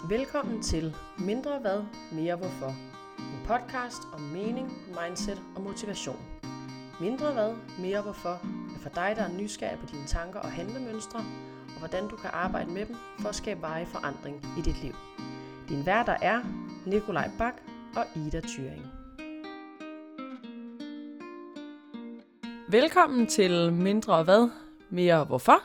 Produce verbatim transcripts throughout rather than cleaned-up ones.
Velkommen til Mindre Hvad, Mere Hvorfor. En podcast om mening, mindset og motivation. Mindre Hvad, Mere Hvorfor er for dig, der er nysgerrig på dine tanker og handlemønstre, og hvordan du kan arbejde med dem for at skabe varig forandring i dit liv. Din værter er Nikolaj Bak og Ida Thyring. Velkommen til Mindre Hvad, Mere Hvorfor.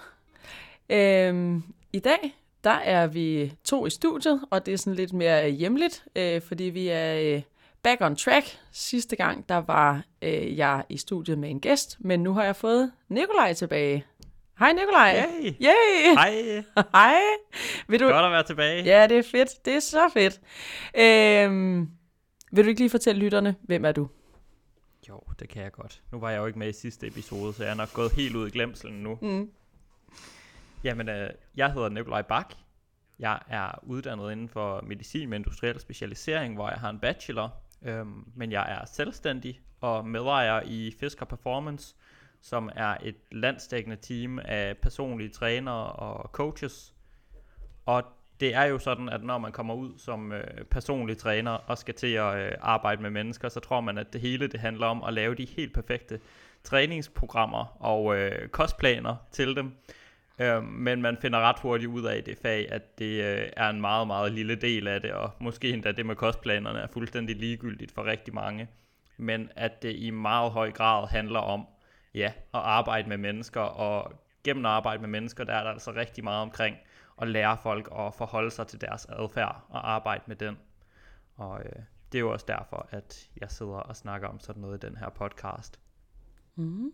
Øhm, I dag der er vi to i studiet, og det er sådan lidt mere hjemligt, øh, fordi vi er øh, back on track. Sidste gang, der var øh, jeg i studiet med en gæst, men nu har jeg fået Nikolaj tilbage. Hej Nikolaj. Yay. Yay. Hej. Hej. Vil du... Godt at være tilbage. Ja, det er fedt. Det er så fedt. Øhm, vil du ikke lige fortælle lytterne, hvem er du? Jo, det kan jeg godt. Nu var jeg jo ikke med i sidste episode, så jeg er nok gået helt ud i glemselen nu. Mm. Jamen, øh, jeg hedder Nikolaj Bak. Jeg er uddannet inden for medicin med industriel specialisering, hvor jeg har en bachelor. Øhm, men jeg er selvstændig og medejer i Fisker Performance, som er et landsdækkende team af personlige trænere og coaches. Og det er jo sådan, at når man kommer ud som øh, personlig træner og skal til at øh, arbejde med mennesker, så tror man, at det hele det handler om at lave de helt perfekte træningsprogrammer og øh, kostplaner til dem. Øh, men man finder ret hurtigt ud af i det fag, at det øh, er en meget, meget lille del af det, og måske endda det med kostplanerne er fuldstændig ligegyldigt for rigtig mange. Men at det i meget høj grad handler om ja, at arbejde med mennesker, og gennem at arbejde med mennesker, der er der altså rigtig meget omkring at lære folk at forholde sig til deres adfærd og arbejde med den. Og øh, det er jo også derfor, at jeg sidder og snakker om sådan noget i den her podcast. Mm.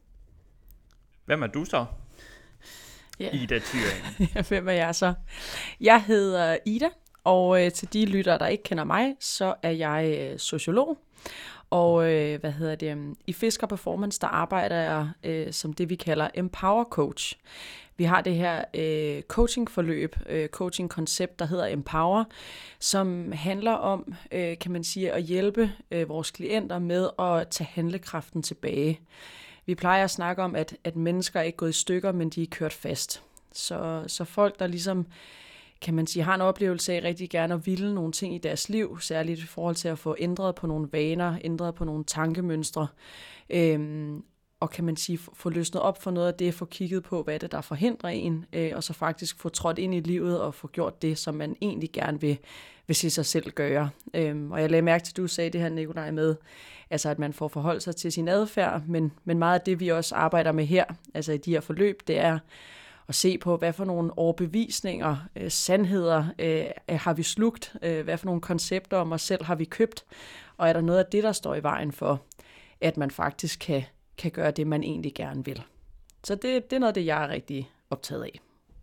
Hvem er du så? Yeah. Ida Thyring. Hvem er jeg så? Jeg hedder Ida, og øh, til de lyttere, der ikke kender mig, så er jeg øh, sociolog. Og øh, hvad hedder det? I Fisker Performance, der arbejder jeg øh, som det, vi kalder Empower Coach. Vi har det her øh, coachingforløb, øh, coachingkoncept, der hedder Empower, som handler om, øh, kan man sige, at hjælpe øh, vores klienter med at tage handlekraften tilbage. Vi plejer at snakke om, at, at mennesker er ikke gået i stykker, men de er kørt fast. Så, så folk, der ligesom, kan man sige, har en oplevelse af rigtig gerne at ville nogle ting i deres liv, særligt i forhold til at få ændret på nogle vaner, ændret på nogle tankemønstre, øhm, og kan man sige, få løsnet op for noget af det, få kigget på, hvad det der forhindrer en, øh, og så faktisk få trådt ind i livet og få gjort det, som man egentlig gerne vil, vil se sig selv gøre. Øhm, og jeg lagde mærke til, at du sagde det her, Nikolaj, med, altså at man får forholdt sig til sin adfærd, men, men meget af det, vi også arbejder med her, altså i de her forløb, det er at se på, hvad for nogle overbevisninger, øh, sandheder øh, har vi slugt, øh, hvad for nogle koncepter om os selv har vi købt, og er der noget af det, der står i vejen for, at man faktisk kan, kan gøre det, man egentlig gerne vil. Så det, det er noget af det, jeg er rigtig optaget af.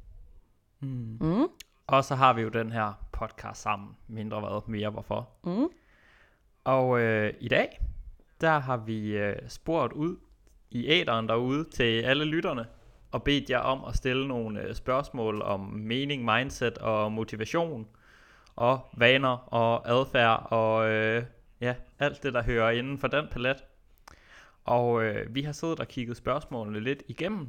Mm. Mm. Og så har vi jo den her podcast sammen, Mindre Hvad, Mere Hvorfor. Mm. Og øh, i dag, der har vi øh, spurgt ud i æteren derude til alle lytterne, og bedt jer om at stille nogle øh, spørgsmål om mening, mindset og motivation, og vaner og adfærd, og øh, ja, alt det, der hører inden for den palet. Og øh, vi har siddet og kigget spørgsmålene lidt igennem,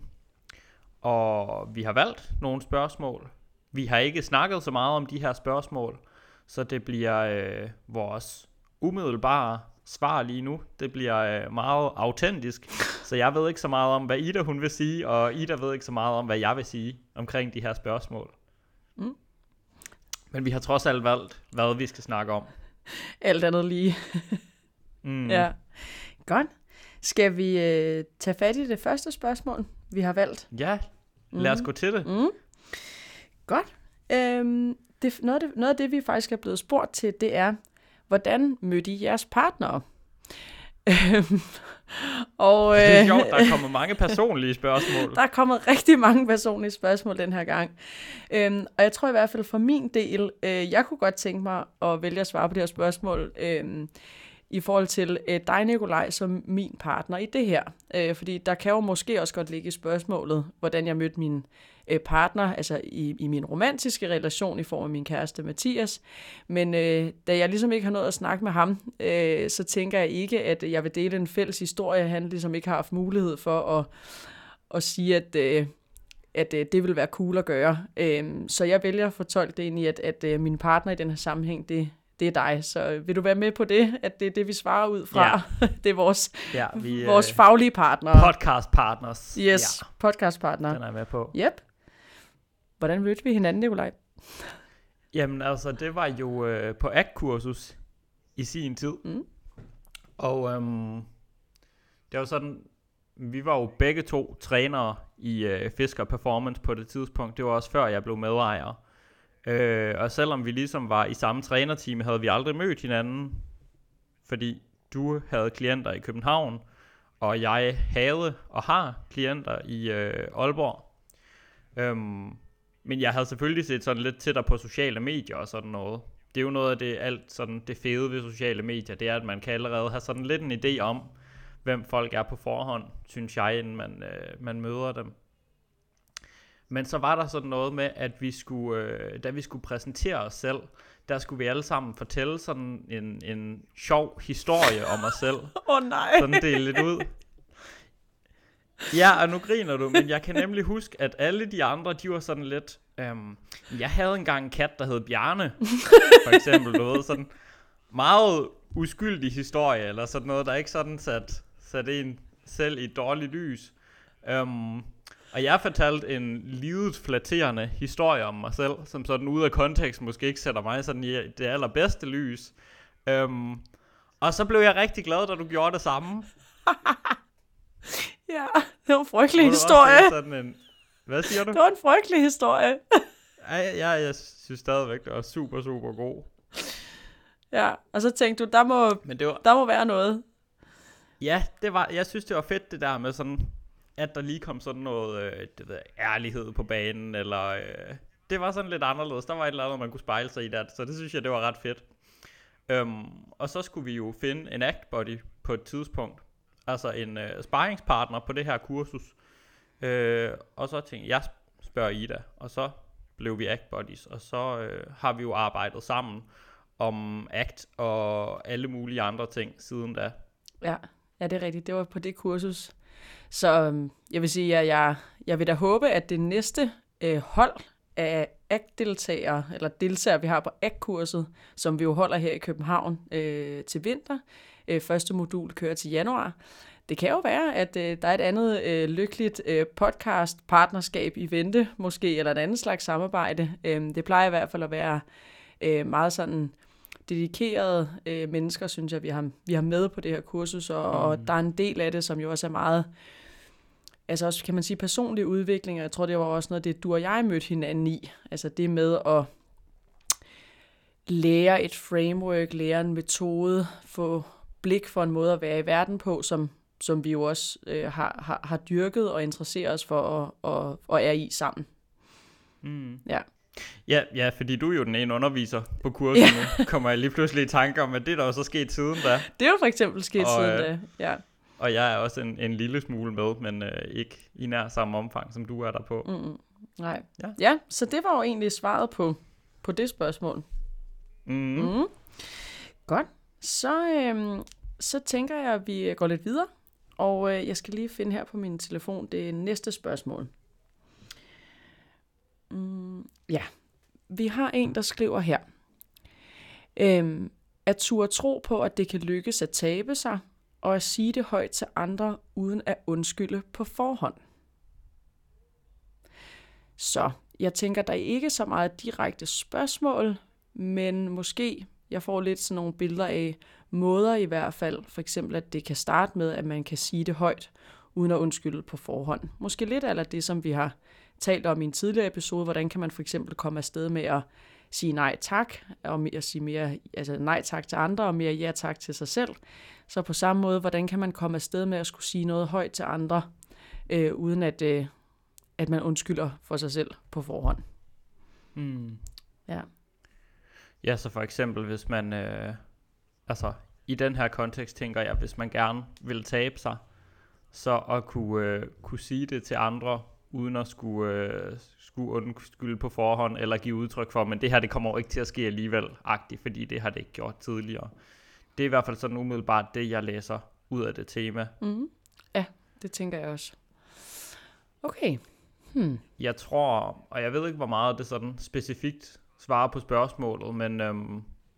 og vi har valgt nogle spørgsmål. Vi har ikke snakket så meget om de her spørgsmål, så det bliver øh, vores umiddelbare svar lige nu. Det bliver øh, meget autentisk, så jeg ved ikke så meget om, hvad Ida hun vil sige, og Ida ved ikke så meget om, hvad jeg vil sige omkring de her spørgsmål. Mm. Men vi har trods alt valgt, hvad vi skal snakke om. Alt andet lige. mm. Ja, godt. Skal vi øh, tage fat i det første spørgsmål, vi har valgt? Ja, lad os mm. gå til det. Mm. Godt. Øhm, det, noget, af det, noget af det, vi faktisk er blevet spurgt til, det er, hvordan mødte I jeres partnere? og, øh, det er sjovt, der er kommet mange personlige spørgsmål. Der er kommet rigtig mange personlige spørgsmål den her gang. Øhm, og jeg tror i hvert fald for min del, øh, jeg kunne godt tænke mig at vælge at svare på det her spørgsmål, øh, i forhold til øh, dig, Nikolaj, som min partner i det her. Øh, fordi der kan jo måske også godt ligge i spørgsmålet, hvordan jeg mødte min øh, partner, altså i, i min romantiske relation i form af min kæreste Mathias. Men øh, da jeg ligesom ikke har noget at snakke med ham, øh, så tænker jeg ikke, at jeg vil dele en fælles historie. Han ligesom ikke har haft mulighed for at, at sige, at, øh, at øh, det vil være cool at gøre. Øhm, så jeg vælger at fortolke det ind i, at, at øh, min partner i den her sammenhæng, det, det er dig. Så øh, vil du være med på det, at det er det, vi svarer ud fra? Ja. Det er vores, ja, vi, vores øh, faglige partnere. Podcast partners. Yes, ja. Podcast partner. Den er jeg med på. Yep. Hvordan mødte vi hinanden, Nikolaj? Jamen altså, det var jo øh, på A C T-kursus i sin tid. Mm. Og øhm, det var sådan, vi var jo begge to trænere i øh, Fisker Performance på det tidspunkt. Det var også før jeg blev medejer. Øh, og selvom vi ligesom var i samme trænerteam, havde vi aldrig mødt hinanden. Fordi du havde klienter i København, og jeg havde og har klienter i øh, Aalborg. Øhm, men jeg havde selvfølgelig set sådan lidt til dig på sociale medier og sådan noget. Det er jo noget af det, alt sådan det fede ved sociale medier, det er, at man kan allerede have sådan lidt en idé om, hvem folk er på forhånd, synes jeg, inden man, øh, man møder dem. Men så var der sådan noget med, at vi skulle, øh, da vi skulle præsentere os selv, der skulle vi alle sammen fortælle sådan en, en sjov historie om os selv. Åh oh, nej! Sådan dele lidt ud. Ja, og nu griner du, men jeg kan nemlig huske, at alle de andre, de var sådan lidt, øhm, jeg havde engang en kat, der hed Bjarne, for eksempel, du ved, sådan meget uskyldig historie, eller sådan noget, der ikke sådan sat, sat en selv i et dårligt lys. Um, og jeg fortalte en lidet flatterende historie om mig selv, som sådan ude af kontekst måske ikke sætter mig sådan i det allerbedste lys. Um, og så blev jeg rigtig glad, da du gjorde det samme. Ja, det var en frygtelig historie. Sådan en, hvad siger du? Det var en frygtelig historie. Ja, ja, jeg synes stadigvæk, det var super, super god. Ja, og så tænkte du, der må, Men det var, der må være noget. Ja, det var, jeg synes, det var fedt det der med sådan, at der lige kom sådan noget øh, det ved, ærlighed på banen, eller øh, det var sådan lidt anderledes. Der var et eller andet, man kunne spejle sig i det, så det synes jeg, det var ret fedt. Øhm, og så skulle vi jo finde en ActBuddy på et tidspunkt, altså en øh, sparringspartner på det her kursus. Øh, og så tænkte jeg, jeg spørger Ida, og så blev vi ActBuddies, og så øh, har vi jo arbejdet sammen om ACT og alle mulige andre ting siden da. Ja, ja, det er rigtigt. Det var på det kursus. Så øhm, jeg vil sige, at jeg, jeg vil da håbe, at det næste øh, hold af A C T-deltagere, eller deltagere, vi har på A C-kurset, som vi jo holder her i København øh, til vinter. Øh, første modul kører til januar. Det kan jo være, at øh, der er et andet øh, lykkeligt øh, podcast-partnerskab i vente, måske, eller et andet slags samarbejde. Øh, det plejer i hvert fald at være øh, meget sådan dedikerede øh, mennesker, synes jeg, vi har, vi har med på det her kursus, og, mm. og der er en del af det, som jo også er meget, altså også, kan man sige, personlig udvikling, og jeg tror, det var også noget af det, du og jeg mødte hinanden i. Altså det med at lære et framework, lære en metode, få blik for en måde at være i verden på, som, som vi jo også øh, har, har, har dyrket og interesseret os for, og, og, og er i sammen. Mm. Ja. Ja, ja, fordi du er jo den ene underviser på kurset nu, kommer jeg lige pludselig i tanke om, at det er der også sket siden da. Det er jo for eksempel sket og, siden da, ja. Og jeg er også en, en lille smule med, men øh, ikke i nær samme omfang, som du er der på. Mm-hmm. Nej. Ja. Ja, så det var jo egentlig svaret på, på det spørgsmål. Mm-hmm. Mm. Godt. Så, øhm, så tænker jeg, at vi går lidt videre, og øh, jeg skal lige finde her på min telefon det næste spørgsmål. Mm, ja, vi har en, der skriver her. Øhm, at turde tro på, at det kan lykkes at tabe sig, og at sige det højt til andre, uden at undskylde på forhånd. Så jeg tænker, der er ikke så meget direkte spørgsmål, men måske jeg får lidt sådan nogle billeder af måder i hvert fald. For eksempel, at det kan starte med, at man kan sige det højt, uden at undskylde på forhånd. Måske lidt af det, som vi har talt om i en tidligere episode. Hvordan kan man for eksempel komme afsted med at sige nej tak, og at sige mere, altså nej tak til andre, og mere ja tak til sig selv. Så på samme måde, hvordan kan man komme afsted med at skulle sige noget højt til andre, øh, uden at, øh, at man undskylder for sig selv på forhånd. Mm. Ja. Ja, så for eksempel, hvis man, øh, altså i den her kontekst tænker jeg, hvis man gerne vil tabe sig, så at kunne, øh, kunne sige det til andre, uden at skulle, øh, skulle undskylde på forhånd, eller give udtryk for, men det her, det kommer jo ikke til at ske alligevel-agtigt, fordi det har det ikke gjort tidligere. Det er i hvert fald sådan umiddelbart det, jeg læser ud af det tema. Mm. Ja, det tænker jeg også. Okay. Hmm. Jeg tror, og jeg ved ikke, hvor meget det sådan specifikt svarer på spørgsmålet, men, øhm,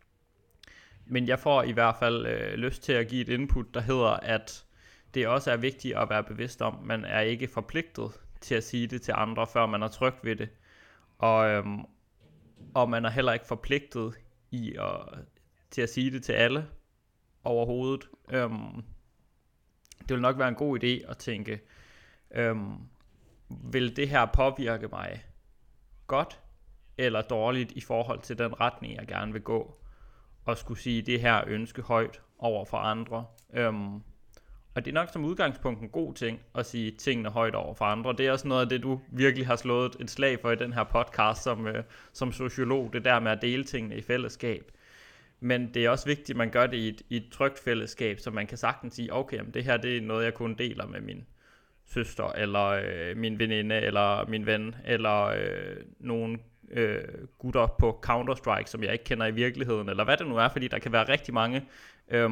men jeg får i hvert fald øh, lyst til at give et input, der hedder, at det også er vigtigt at være bevidst om, man er ikke forpligtet til at sige det til andre, før man er tryg ved det. Og, øhm, og man er heller ikke forpligtet i at, til at sige det til alle overhovedet. Øhm, det vil nok være en god idé at tænke, øhm, vil det her påvirke mig godt eller dårligt i forhold til den retning, jeg gerne vil gå, og skulle sige det her ønske højt over for andre. Øhm, og det er nok som udgangspunkt en god ting at sige tingene højt over for andre. Det er også noget af det, du virkelig har slået et slag for i den her podcast som, øh, som sociolog, det der med at dele tingene i fællesskab. Men det er også vigtigt, at man gør det i et, i et trygt fællesskab, så man kan sagtens sige, okay, det her det er noget, jeg kun deler med min søster, eller øh, min veninde, eller min ven, eller øh, nogle øh, gutter på Counter-Strike, som jeg ikke kender i virkeligheden, eller hvad det nu er, fordi der kan være rigtig mange øh,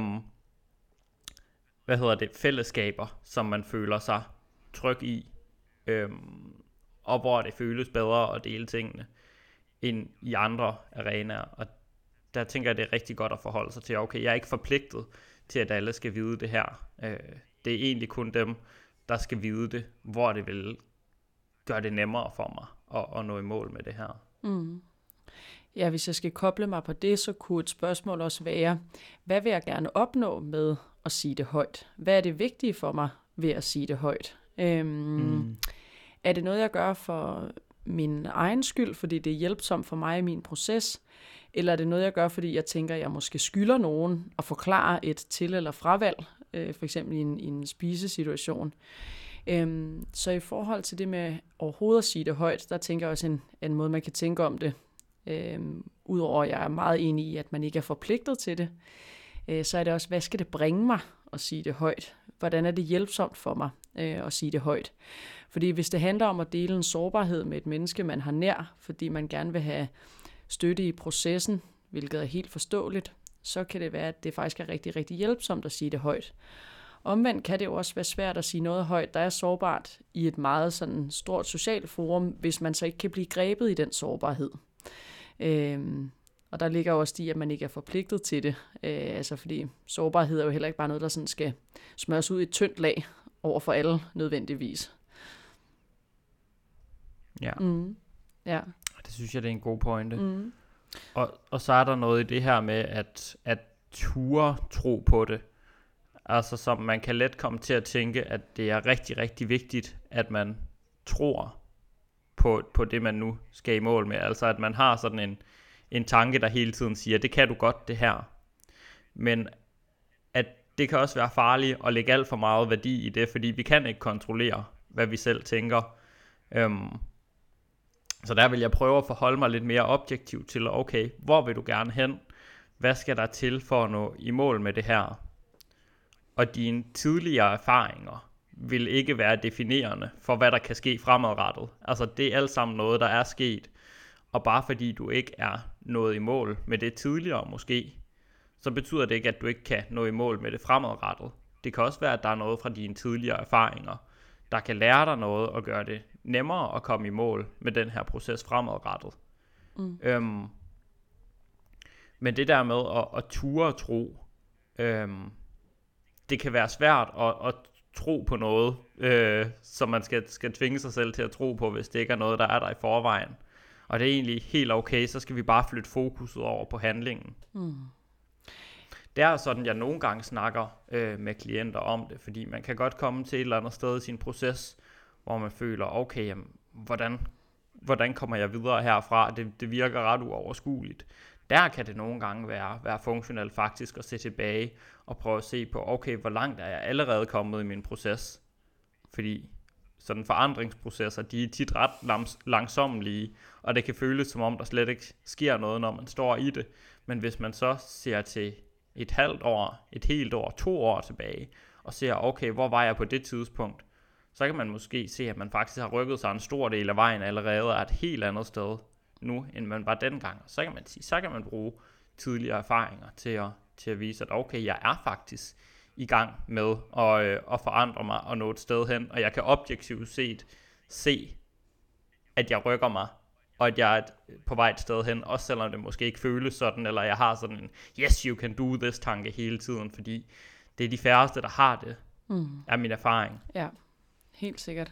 hvad hedder det, fællesskaber, som man føler sig tryg i, øh, og hvor det føles bedre at dele tingene, end i andre arenaer. Og der tænker jeg, det er rigtig godt at forholde sig til, okay, jeg er ikke forpligtet til, at alle skal vide det her. Øh, det er egentlig kun dem, der skal vide det, hvor det vil gøre det nemmere for mig at, at nå i mål med det her. Mm. Ja, hvis jeg skal koble mig på det, så kunne et spørgsmål også være, hvad vil jeg gerne opnå med at sige det højt? Hvad er det vigtige for mig ved at sige det højt? Øhm, mm. Er det noget, jeg gør for min egen skyld, fordi det er hjælpsomt for mig i min proces? Eller er det noget, jeg gør, fordi jeg tænker, at jeg måske skylder nogen at forklare et til- eller fravalg, øh, for eksempel i en, i en spisesituation? Øhm, så i forhold til det med overhovedet at sige det højt, der tænker jeg også en, en måde, man kan tænke om det. Øhm, Udover at jeg er meget enig i, at man ikke er forpligtet til det, øh, så er det også, hvad skal det bringe mig at sige det højt? Hvordan er det hjælpsomt for mig øh, at sige det højt? Fordi hvis det handler om at dele en sårbarhed med et menneske, man har nær, fordi man gerne vil have støtte i processen, hvilket er helt forståeligt, så kan det være, at det faktisk er rigtig, rigtig hjælpsomt at sige det højt. Omvendt kan det jo også være svært at sige noget højt, der er sårbart i et meget sådan stort socialt forum, hvis man så ikke kan blive grebet i den sårbarhed. Øhm, og der ligger også de, at man ikke er forpligtet til det. Øh, altså fordi sårbarhed er jo heller ikke bare noget, der sådan skal smøres ud i et tyndt lag over for alle nødvendigvis. Ja. Mm. Ja. Det synes jeg, det er en god pointe. Mm. Og, og så er der noget i det her med, at, at ture tro på det. Altså som man kan let komme til at tænke, at det er rigtig, rigtig vigtigt, at man tror på, på det, man nu skal i mål med. Altså at man har sådan en, en tanke, der hele tiden siger, det kan du godt det her. Men at det kan også være farligt at lægge alt for meget værdi i det, fordi vi kan ikke kontrollere, hvad vi selv tænker. Øhm, så der vil jeg prøve at forholde mig lidt mere objektivt til, okay, hvor vil du gerne hen? Hvad skal der til for at nå i mål med det her? Og dine tidligere erfaringer vil ikke være definerende for, hvad der kan ske fremadrettet. Altså det er alt sammen noget, der er sket. Og bare fordi du ikke er nået i mål med det tidligere måske, så betyder det ikke, at du ikke kan nå i mål med det fremadrettet. Det kan også være, at der er noget fra dine tidligere erfaringer, der kan lære dig noget og gøre det nemmere at komme i mål med den her proces fremadrettet. Mm. Øhm, men det der med at, at ture og tro, øhm, det kan være svært at, at tro på noget, øh, som man skal, skal tvinge sig selv til at tro på, hvis det ikke er noget, der er der i forvejen. Og det er egentlig helt okay, så skal vi bare flytte fokuset over på handlingen. Mm. Det er sådan, jeg nogle gange snakker øh, med klienter om det, fordi man kan godt komme til et eller andet sted i sin proces, hvor man føler, okay, jamen, hvordan, hvordan kommer jeg videre herfra? Det, det virker ret uoverskueligt. Der kan det nogle gange være, være funktionelt faktisk at se tilbage og prøve at se på, okay, hvor langt er jeg allerede kommet i min proces? Fordi sådan forandringsprocesser, de er tit ret lams, langsommelige, og det kan føles som om, der slet ikke sker noget, når man står i det. Men hvis man så ser til et halvt år, et helt år, to år tilbage, og ser, okay, hvor var jeg på det tidspunkt, så kan man måske se, at man faktisk har rykket sig en stor del af vejen allerede, og er et helt andet sted nu, end man var dengang. Så kan man sige, så kan man bruge tidligere erfaringer til at, til at vise, at okay, jeg er faktisk i gang med at, øh, at forandre mig og nå et sted hen, og jeg kan objektivt set se, at jeg rykker mig, og at jeg er på vej et sted hen, også selvom det måske ikke føles sådan, eller jeg har sådan en, yes, you can do this tanke hele tiden, fordi det er de færreste, der har det, mm. er min erfaring. Ja, helt sikkert.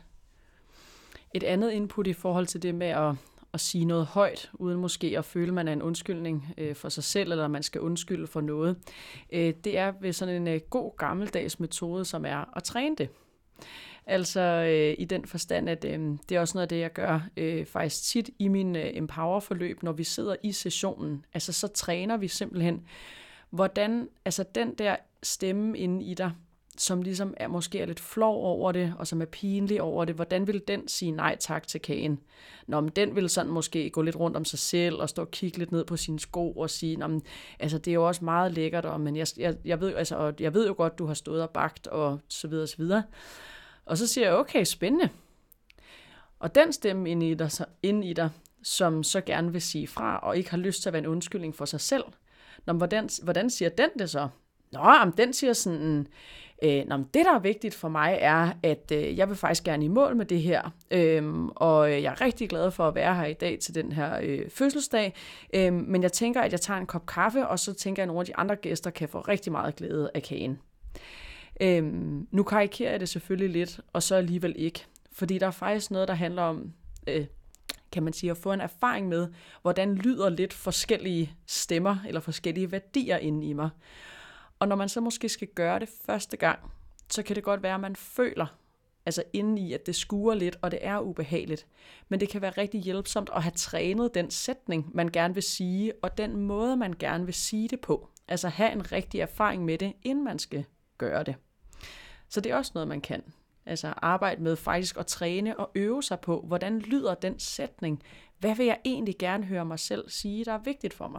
Et andet input i forhold til det med at, at sige noget højt, uden måske at føle, at man er en undskyldning øh, for sig selv, eller man skal undskylde for noget, øh, det er ved sådan en øh, god gammeldags metode, som er at træne det. Altså øh, i den forstand, at øh, det er også noget af det, jeg gør øh, faktisk tit i min øh, Empower-forløb, når vi sidder i sessionen. Altså så træner vi simpelthen, hvordan altså den der stemme inde i dig, som ligesom er måske er lidt flov over det, og som er pinlig over det, hvordan vil den sige nej tak til kagen? Nå, men den vil sådan måske gå lidt rundt om sig selv, og stå og kigge lidt ned på sine sko, og sige, nå, men, altså det er jo også meget lækkert, og, men jeg, jeg, jeg, ved, altså, og jeg ved jo godt, du har stået og bagt, og så videre, og så videre. Og så siger jeg, okay, spændende. Og den stemme inde i dig, inde i dig, som så gerne vil sige fra, og ikke har lyst til at være en undskyldning for sig selv, nå, men hvordan, hvordan siger den det så? Nå, men den siger sådan, øh, nå, men det der er vigtigt for mig er, at øh, jeg vil faktisk gerne i mål med det her, øhm, og jeg er rigtig glad for at være her i dag til den her øh, fødselsdag, øhm, men jeg tænker, at jeg tager en kop kaffe, og så tænker jeg, at nogle af de andre gæster kan få rigtig meget glæde af kagen. Øhm, nu karikerer jeg det selvfølgelig lidt, og så alligevel ikke, fordi der er faktisk noget, der handler om, øh, kan man sige, at få en erfaring med, hvordan lyder lidt forskellige stemmer, eller forskellige værdier inde i mig. Og når man så måske skal gøre det første gang, så kan det godt være, at man føler, altså indeni, at det skuer lidt, og det er ubehageligt. Men det kan være rigtig hjælpsomt at have trænet den sætning, man gerne vil sige, og den måde, man gerne vil sige det på. Altså have en rigtig erfaring med det, inden man skal gøre det. Så det er også noget, man kan. Altså arbejde med faktisk at træne og øve sig på, hvordan lyder den sætning? Hvad vil jeg egentlig gerne høre mig selv sige, der er vigtigt for mig?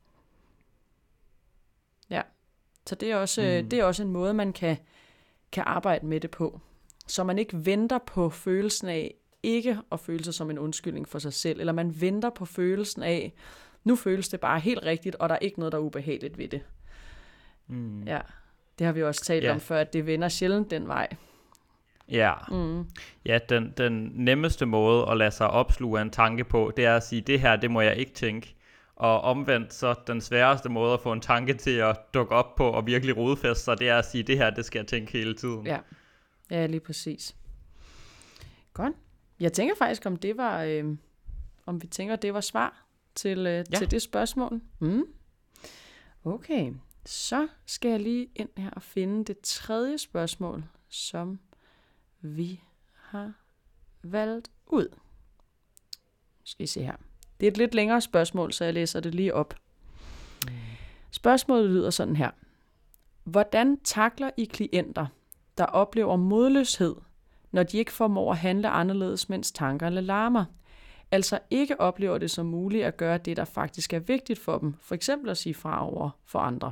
Ja. Så det er også, mm. det er også en måde, man kan, kan arbejde med det på. Så man ikke venter på følelsen af ikke at føle sig som en undskyldning for sig selv, eller man venter på følelsen af, nu føles det bare helt rigtigt, og der er ikke noget, der er ubehageligt ved det. Mm. Ja, det har vi også talt yeah. om før, at det vender sjældent den vej. Ja, mm. ja den, den nemmeste måde at lade sig opsluge en tanke på, det er at sige, det her, det må jeg ikke tænke. Og omvendt, så den sværeste måde at få en tanke til at dukke op på og virkelig rodfæste sig, det er at sige, det her, det skal jeg tænke hele tiden. Ja, ja lige præcis. Godt. Jeg tænker faktisk, om det var, øh, om vi tænker, det var svar til, øh, ja. til det spørgsmål. Mm. Okay, så skal jeg lige ind her og finde det tredje spørgsmål, som vi har valgt ud. Skal I se her. Det er et lidt længere spørgsmål, så jeg læser det lige op. Mm. Spørgsmålet lyder sådan her. Hvordan takler I klienter, der oplever modløshed, når de ikke formår at handle anderledes, mens tankerne larmer? Altså ikke oplever det som muligt at gøre det, der faktisk er vigtigt for dem. For eksempel at sige fra over for andre.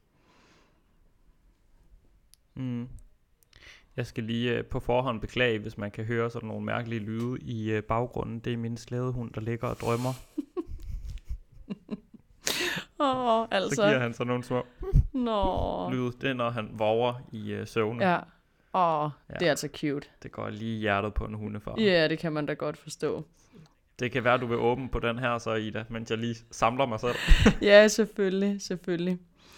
Mm. Jeg skal lige uh, på forhånd beklage, hvis man kan høre sådan nogle mærkelige lyde i uh, baggrunden. Det er min slædehund, der ligger og drømmer. Åh, oh, altså. Så giver han så nogle små Nå. lyde. Det er, når han våger i uh, søvne. Ja. Åh, oh, ja. Det er altså cute. Det går lige i hjertet på en hundefar. Ja, yeah, det kan man da godt forstå. Det kan være, du vil åbne på den her så, Ida, mens jeg lige samler mig selv. Ja, selvfølgelig, selvfølgelig.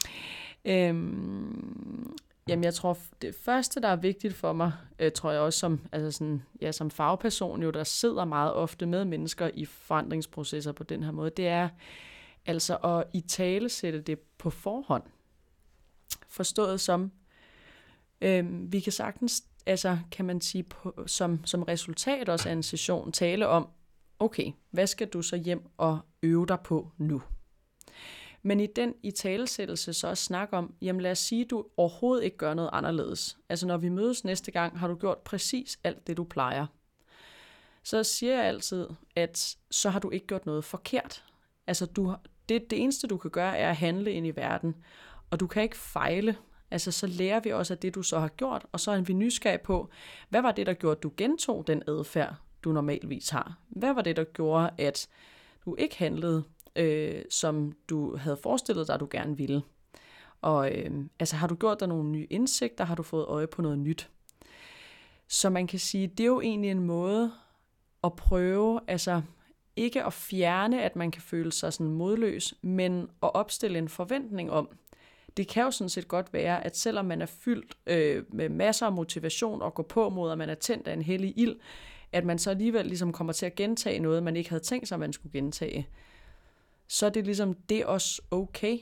Øhm, jamen, jeg tror, det første, der er vigtigt for mig, øh, tror jeg også som, altså sådan, ja, som fagperson, jo, der sidder meget ofte med mennesker i forandringsprocesser på den her måde, det er altså at italesætte det på forhånd. Forstået som, øh, vi kan sagtens, altså kan man sige, på, som, som resultat også af en session, tale om, okay, hvad skal du så hjem og øve dig på nu? Men i den italesættelse så også snak om, jamen lad os sige, at du overhovedet ikke gør noget anderledes. Altså når vi mødes næste gang, har du gjort præcis alt det, du plejer. Så siger jeg altid, at så har du ikke gjort noget forkert. Altså du, det, det eneste, du kan gøre, er at handle ind i verden. Og du kan ikke fejle. Altså så lærer vi også af det, du så har gjort, og så er vi nysgerrige på, hvad var det, der gjorde, at du gentog den adfærd, du normalvis har? Hvad var det, der gjorde, at du ikke handlede, øh, som du havde forestillet dig, du gerne ville? Og øh, altså har du gjort dig nogle nye indsigter, har du fået øje på noget nyt? Så man kan sige, det er jo egentlig en måde at prøve, altså ikke at fjerne, at man kan føle sig sådan modløs, men at opstille en forventning om. Det kan jo sådan set godt være, at selvom man er fyldt øh, med masser af motivation og går på mod, at man er tændt af en hellig ild, at man så alligevel ligesom kommer til at gentage noget, man ikke havde tænkt sig, man skulle gentage. Så er det ligesom, det er også okay.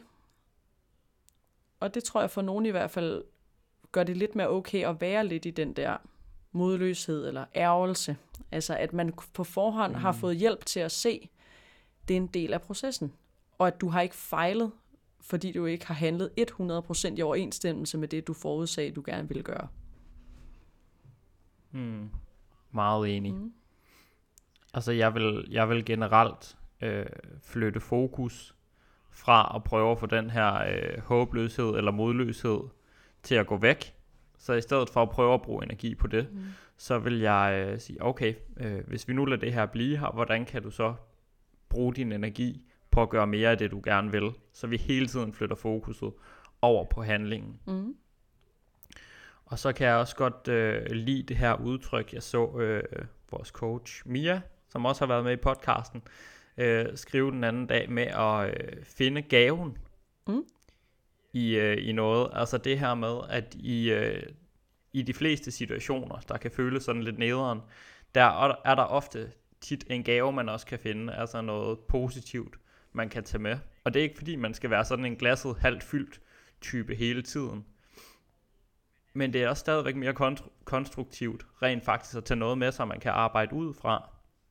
Og det tror jeg for nogen i hvert fald gør det lidt mere okay at være lidt i den der modløshed eller ærgelse. Altså at man på forhånd mm. har fået hjælp til at se, det er en del af processen. Og at du har ikke fejlet, fordi du ikke har handlet hundrede procent i overensstemmelse med det, du forudsagde, du gerne ville gøre. Mm. Meget enig. Mm. Altså jeg vil, jeg vil generelt øh, flytte fokus fra at prøve at få den her øh, håbløshed eller modløshed til at gå væk. Så i stedet for at prøve at bruge energi på det, mm. så vil jeg øh, sige, okay, øh, hvis vi nu lader det her blive her, hvordan kan du så bruge din energi på at gøre mere af det, du gerne vil? Så vi hele tiden flytter fokuset over på handlingen. Mm. Og så kan jeg også godt øh, lide det her udtryk, jeg så øh, vores coach Mia, som også har været med i podcasten, øh, skrive den anden dag med at øh, finde gaven mm. i, øh, i noget. Altså det her med, at i, øh, i de fleste situationer, der kan føles sådan lidt nederen, der er der ofte tit en gave, man også kan finde, altså noget positivt, man kan tage med. Og det er ikke fordi, man skal være sådan en glasset halvt fyldt type hele tiden. Men det er også stadigvæk mere kontru- konstruktivt, rent faktisk at tage noget med sig, man kan arbejde ud fra.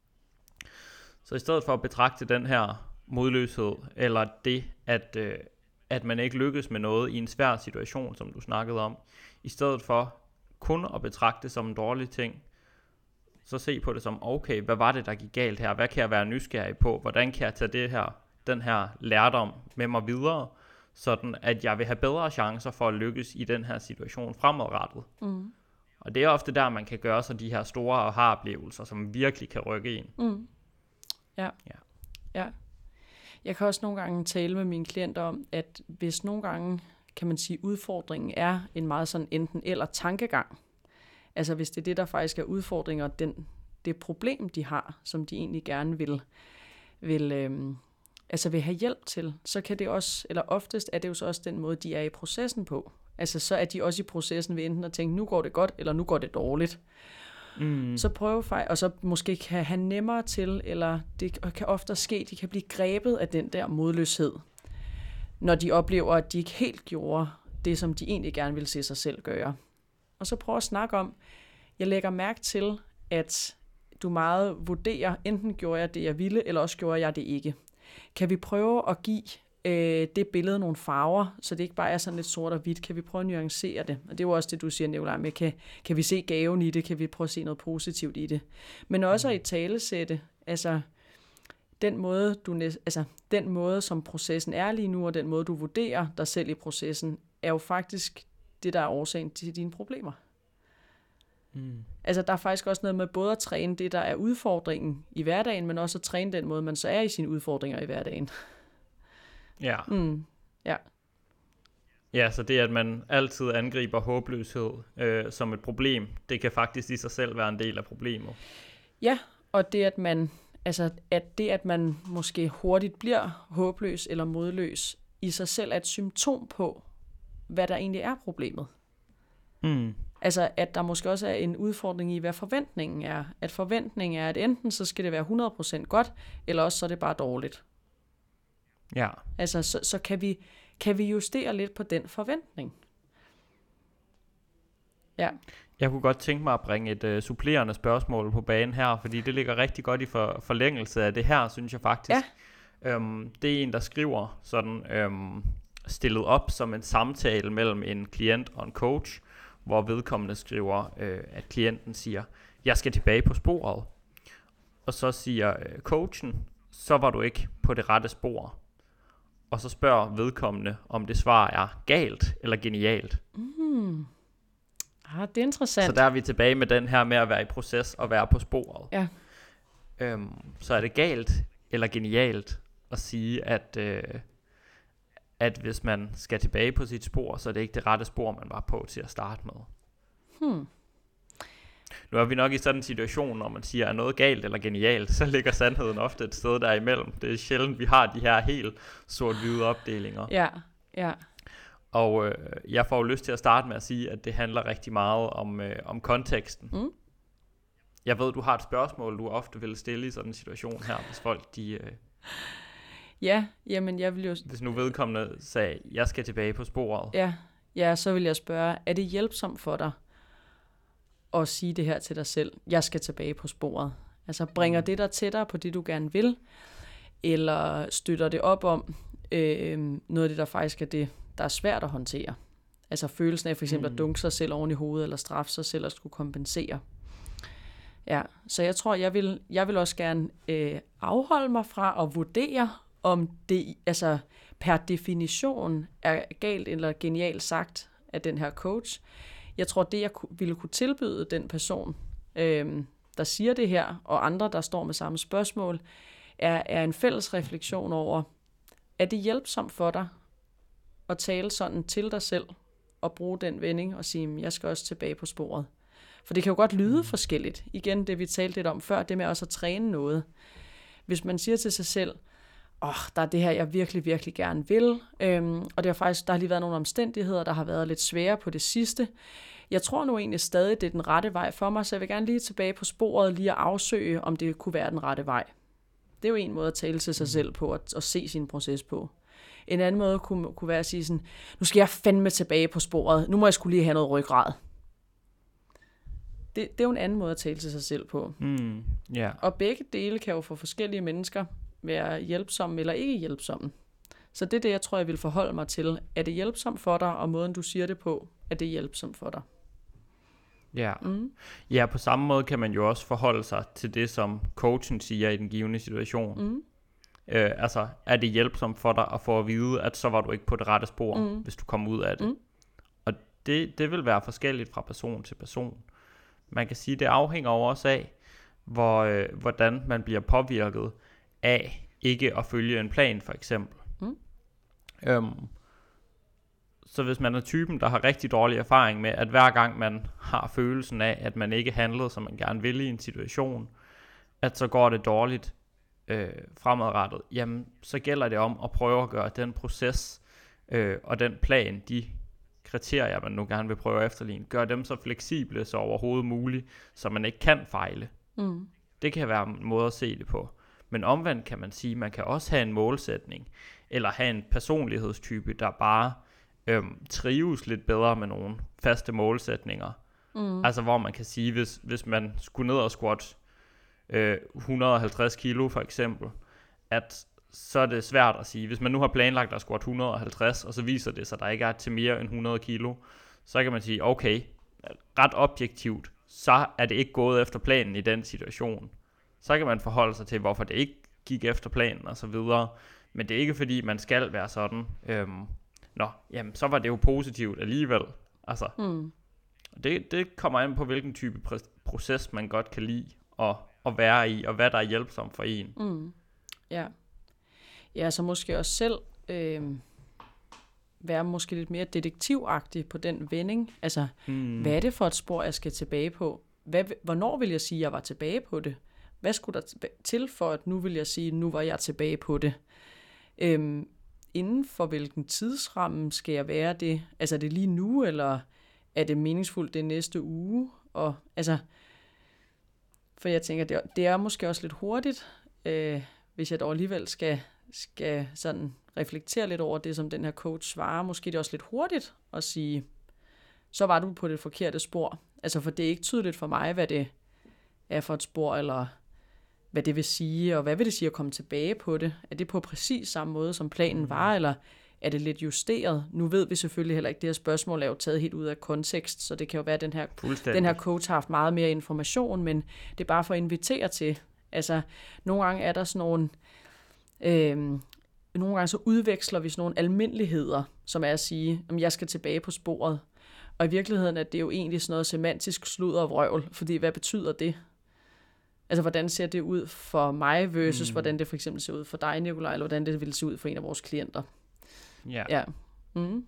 Så i stedet for at betragte den her modløshed, eller det, at, øh, at man ikke lykkes med noget i en svær situation, som du snakkede om, i stedet for kun at betragte det som en dårlig ting, så se på det som, okay, hvad var det, der gik galt her? Hvad kan jeg være nysgerrig på? Hvordan kan jeg tage det her, den her lærdom med mig videre, sådan at jeg vil have bedre chancer for at lykkes i den her situation fremadrettet. Mm. Og det er ofte der, man kan gøre sig de her store aha-oplevelser, som virkelig kan rykke en. Mm. Ja. ja. ja. Jeg kan også nogle gange tale med mine klienter om, at hvis nogle gange, kan man sige, udfordringen er en meget sådan enten eller tankegang. Altså hvis det er det, der faktisk er udfordringer, den, det problem, de har, som de egentlig gerne vil, vil øhm, altså vil have hjælp til, så kan det også, eller oftest er det jo så også den måde, de er i processen på. Altså så er de også i processen ved enten at tænke, nu går det godt, eller nu går det dårligt. Mm. Så prøve og så måske kan have nemmere til, eller det kan ofte ske, de kan blive grebet af den der modløshed, når de oplever, at de ikke helt gjorde det, som de egentlig gerne vil se sig selv gøre. Og så prøve at snakke om, jeg lægger mærke til, at du meget vurderer, enten gjorde jeg det, jeg ville, eller også gjorde jeg det ikke. Kan vi prøve at give øh, det billede nogle farver, så det ikke bare er sådan lidt sort og hvidt? Kan vi prøve at nuancere det? Og det er jo også det, du siger, Nicolaj, med, kan, kan vi se gaven i det? Kan vi prøve at se noget positivt i det? Men også at italesætte, altså den måde, du, altså den måde, som processen er lige nu, og den måde, du vurderer dig selv i processen, er jo faktisk det, der er årsagen til dine problemer. Mm. Altså der er faktisk også noget med både at træne det, der er udfordringen i hverdagen, men også at træne den måde, man så er i sine udfordringer i hverdagen. Ja. Mm. Ja. Ja, så det, at man altid angriber håbløshed øh, som et problem, det kan faktisk i sig selv være en del af problemet. Ja, og det, at man, altså, at det, at man måske hurtigt bliver håbløs eller modløs, i sig selv er et symptom på, hvad der egentlig er problemet. Mm. Altså, at der måske også er en udfordring i, hvad forventningen er. At forventningen er, at enten så skal det være hundrede procent godt, eller også så er det bare dårligt. Ja. Altså, så, så kan, vi, kan vi justere lidt på den forventning. Ja. Jeg kunne godt tænke mig at bringe et uh, supplerende spørgsmål på banen her, fordi det ligger rigtig godt i for, forlængelse af det her, synes jeg faktisk. Ja. Øhm, det er en, der skriver sådan øhm, stillet op som en samtale mellem en klient og en coach, hvor vedkommende skriver, øh, at klienten siger, jeg skal tilbage på sporet. Og så siger øh, coachen, så var du ikke på det rette spor. Og så spørger vedkommende, om det svar er galt eller genialt. Mm. Ah, det er interessant. Så der er vi tilbage med den her med at være i proces og være på sporet. Ja. Øhm, så er det galt eller genialt at sige, at, øh, at hvis man skal tilbage på sit spor, så er det ikke det rette spor, man var på til at starte med. Hmm. nu er vi nok i sådan en situation, når man siger, er noget galt eller genialt, så ligger sandheden ofte et sted derimellem. Det er sjældent, vi har de her helt sort-hvide opdelinger. Ja, ja. Og øh, jeg får jo lyst til at starte med at sige, at det handler rigtig meget om, øh, om konteksten. Mm. Jeg ved, du har et spørgsmål, du ofte vil stille i sådan en situation her, hvis folk de... Øh, Ja, jamen jeg vil jo... Hvis nu vedkommende sagde, jeg skal tilbage på sporet. Ja, ja, så vil jeg spørge, er det hjælpsomt for dig at sige det her til dig selv? Jeg skal tilbage på sporet. Altså bringer det dig tættere på det, du gerne vil? Eller støtter det op om øh, noget af det, der faktisk er det, der er svært at håndtere? Altså følelsen af for eksempel mm. at dunke sig selv oven i hovedet, eller straffe sig selv og skulle kompensere. Ja, så jeg tror, jeg vil, jeg vil også gerne øh, afholde mig fra at vurdere, om det altså per definition er galt eller genialt sagt af den her coach. Jeg tror, det jeg ville kunne tilbyde den person, øh, der siger det her, og andre, der står med samme spørgsmål, er, er en fælles refleksion over, er det hjælpsomt for dig at tale sådan til dig selv, og bruge den vending og sige, jeg skal også tilbage på sporet. For det kan jo godt lyde forskelligt. Igen, det vi talte lidt om før, det med også at træne noget. Hvis man siger til sig selv, åh, oh, der er det her, jeg virkelig, virkelig gerne vil, øhm, og det har faktisk, der har lige været nogle omstændigheder, der har været lidt svære på det sidste. Jeg tror nu egentlig stadig, det er den rette vej for mig, så jeg vil gerne lige tilbage på sporet, lige at afsøge, om det kunne være den rette vej. Det er jo en måde at tale til sig selv på, at, at se sin proces på. En anden måde kunne, kunne være at sige sådan, nu skal jeg fandme tilbage på sporet, nu må jeg skulle lige have noget ryggrad. Det, det er jo en anden måde at tale til sig selv på. Mm, yeah. Og begge dele kan jo for forskellige mennesker være hjælpsomme eller ikke hjælpsomme. Så det er det, jeg tror, jeg vil forholde mig til. Er det hjælpsomt for dig, og måden, du siger det på, er det hjælpsomt for dig? Ja. Mm. Ja, på samme måde kan man jo også forholde sig til det, som coachen siger i den givne situation. Mm. Øh, altså, er det hjælpsomt for dig at få at vide, at så var du ikke på det rette spor, Mm. hvis du kom ud af det? Mm. Og det, det vil være forskelligt fra person til person. Man kan sige, det afhænger også af, hvor, øh, hvordan man bliver påvirket af ikke at følge en plan, for eksempel. Mm. Øhm, så hvis man er typen, der har rigtig dårlig erfaring med, at hver gang man har følelsen af, at man ikke handlede, som man gerne ville i en situation, at så går det dårligt øh, fremadrettet, jamen så gælder det om at prøve at gøre den proces øh, og den plan, de kriterier, man nu gerne vil prøve at efterligne, gør dem så fleksible så overhovedet muligt, så man ikke kan fejle. Mm. Det kan være en måde at se det på. Men omvendt kan man sige, man kan også have en målsætning, eller have en personlighedstype, der bare øhm, trives lidt bedre med nogle faste målsætninger. Mm. Altså hvor man kan sige, hvis, hvis man skulle ned og squat øh, et hundrede og halvtreds kilo for eksempel, at så er det svært at sige, hvis man nu har planlagt at squat et hundrede og halvtreds, og så viser det sig, at der ikke er til mere end hundrede kilo, så kan man sige, okay, ret objektivt, så er det ikke gået efter planen i den situation. Så kan man forholde sig til, hvorfor det ikke gik efter planen og så videre. Men det er ikke fordi, man skal være sådan. Øhm, nå, jamen, så var det jo positivt alligevel. Altså, Mm. det, det kommer an på, hvilken type pr- proces man godt kan lide at, at være i, og hvad der er hjælpsomt for en. Mm. Ja. Ja, så måske også selv øh, være måske lidt mere detektivagtig på den vending. Altså, mm. hvad er det for et spor, jeg skal tilbage på? Hvad, hvornår vil jeg sige, at jeg var tilbage på det? Hvad skulle der til for, at nu vil jeg sige, at nu var jeg tilbage på det? Øhm, inden for hvilken tidsramme skal jeg være det? Altså er det lige nu, eller er det meningsfuldt det næste uge? Og, altså, for jeg tænker, det, det er måske også lidt hurtigt, øh, hvis jeg dog alligevel skal, skal sådan reflektere lidt over det, som den her coach svarer. Måske det er også lidt hurtigt at sige, så var du på det forkerte spor. Altså for det er ikke tydeligt for mig, hvad det er for et spor, eller hvad det vil sige, og hvad vil det sige at komme tilbage på det? Er det på præcis samme måde, som planen var, eller er det lidt justeret? Nu ved vi selvfølgelig heller ikke, det her spørgsmål er jo taget helt ud af kontekst, så det kan jo være, at den her, den her coach har haft meget mere information, men det er bare for at invitere til. Altså, nogle gange er der sådan nogle, øh, nogle gange så udveksler vi sådan nogle almindeligheder, som er at sige, at jeg skal tilbage på sporet. Og i virkeligheden er det jo egentlig sådan noget semantisk sludder og vrøvl, fordi hvad betyder det? Altså, hvordan ser det ud for mig versus, mm. hvordan det for eksempel ser ud for dig, Nikolaj, eller hvordan det ville se ud for en af vores klienter. Ja. Ja. Mm.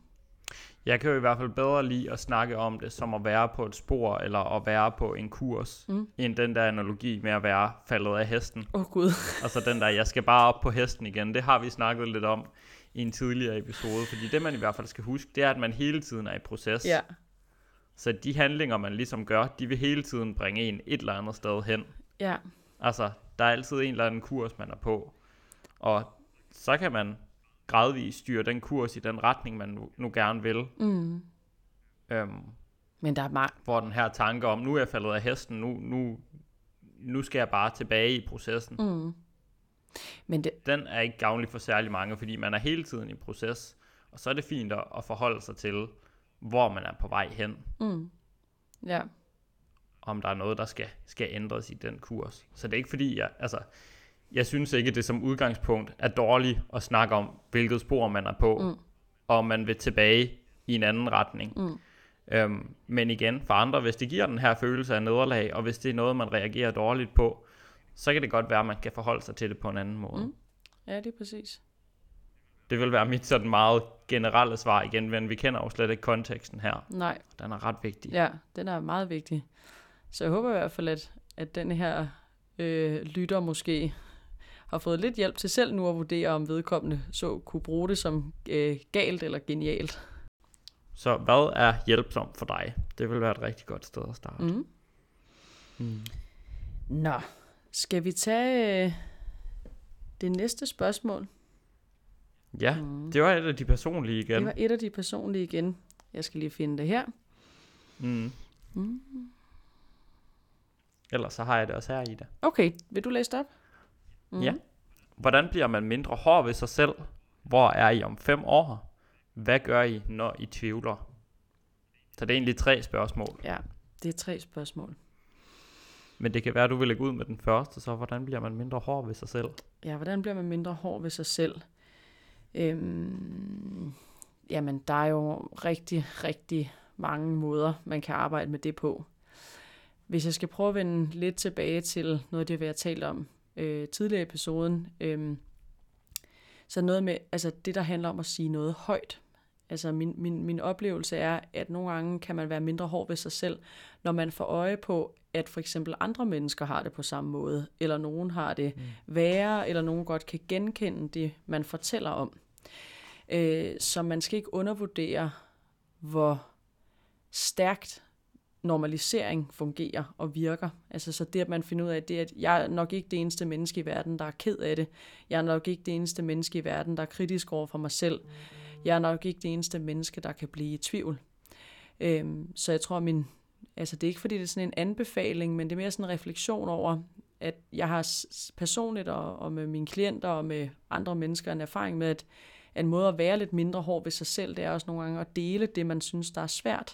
Jeg kan jo i hvert fald bedre lide at snakke om det, som at være på et spor, eller at være på en kurs, mm. end den der analogi med at være faldet af hesten. Åh oh, Gud. Altså den der, jeg skal bare op på hesten igen, det har vi snakket lidt om i en tidligere episode, fordi det man i hvert fald skal huske, det er, at man hele tiden er i proces. Ja. Så de handlinger, man ligesom gør, de vil hele tiden bringe en et eller andet sted hen. Ja. Altså, der er altid en eller anden kurs, man er på. Og så kan man gradvist styre den kurs i den retning, man nu, nu gerne vil. Mm. Øhm, Men der er meget... hvor den her tanke om, nu er jeg faldet af hesten, nu, nu, nu skal jeg bare tilbage i processen. Mm. Men det... Den er ikke gavnlig for særlig mange, fordi man er hele tiden i proces. Og så er det fint at, at forholde sig til, hvor man er på vej hen. Mm. Ja. Om der er noget, der skal, skal ændres i den kurs. Så det er ikke fordi, jeg, altså, jeg synes ikke, det som udgangspunkt er dårligt at snakke om, hvilket spor man er på, mm. og man vil tilbage i en anden retning. Mm. Øhm, men igen, for andre, hvis det giver den her følelse af nederlag, og hvis det er noget, man reagerer dårligt på, så kan det godt være, at man kan forholde sig til det på en anden måde. Mm. Ja, det er præcis. Det vil være mit sådan meget generelle svar igen, men vi kender jo slet ikke konteksten her. Nej. Den er ret vigtig. Ja, den er meget vigtig. Så jeg håber i hvert fald, at, at den her øh, lytter måske har fået lidt hjælp til selv nu at vurdere, om vedkommende så kunne bruge det som øh, galt eller genialt. Så hvad er hjælpsomt for dig? Det vil være et rigtig godt sted at starte. Mm. Mm. Nå, skal vi tage øh, det næste spørgsmål? Ja, mm. det var et af de personlige igen. Det var et af de personlige igen. Jeg skal lige finde det her. Mm. Mm. Ellers så har jeg det også her, Ida. Okay, vil du læse det op? Mm. Ja. Hvordan bliver man mindre hård ved sig selv? Hvor er I om fem år? Hvad gør I, når I tvivler? Så det er egentlig tre spørgsmål. Ja, det er tre spørgsmål. Men det kan være, at du vil lægge ud med den første, så hvordan bliver man mindre hård ved sig selv? Ja, hvordan bliver man mindre hård ved sig selv? Øhm, jamen, der er jo rigtig, rigtig mange måder, man kan arbejde med det på. Hvis jeg skal prøve at vende lidt tilbage til noget af det, vi har talt om øh, tidligere i episoden, øh, så noget med, altså det, der handler om at sige noget højt. Altså min, min, min oplevelse er, at nogle gange kan man være mindre hård ved sig selv, når man får øje på, at for eksempel andre mennesker har det på samme måde, eller nogen har det mm. værre, eller nogen godt kan genkende det, man fortæller om. Øh, så man skal ikke undervurdere, hvor stærkt normalisering fungerer og virker. Altså så det, at man finder ud af, det er, at jeg er nok ikke det eneste menneske i verden, der er ked af det. Jeg er nok ikke det eneste menneske i verden, der er kritisk over for mig selv. Jeg er nok ikke det eneste menneske, der kan blive i tvivl. Øhm, så jeg tror, min, altså det er ikke fordi, det er sådan en anbefaling, men det er mere sådan en refleksion over, at jeg har personligt og, og med mine klienter og med andre mennesker en erfaring med, at en måde at være lidt mindre hård ved sig selv, det er også nogle gange at dele det, man synes, der er svært.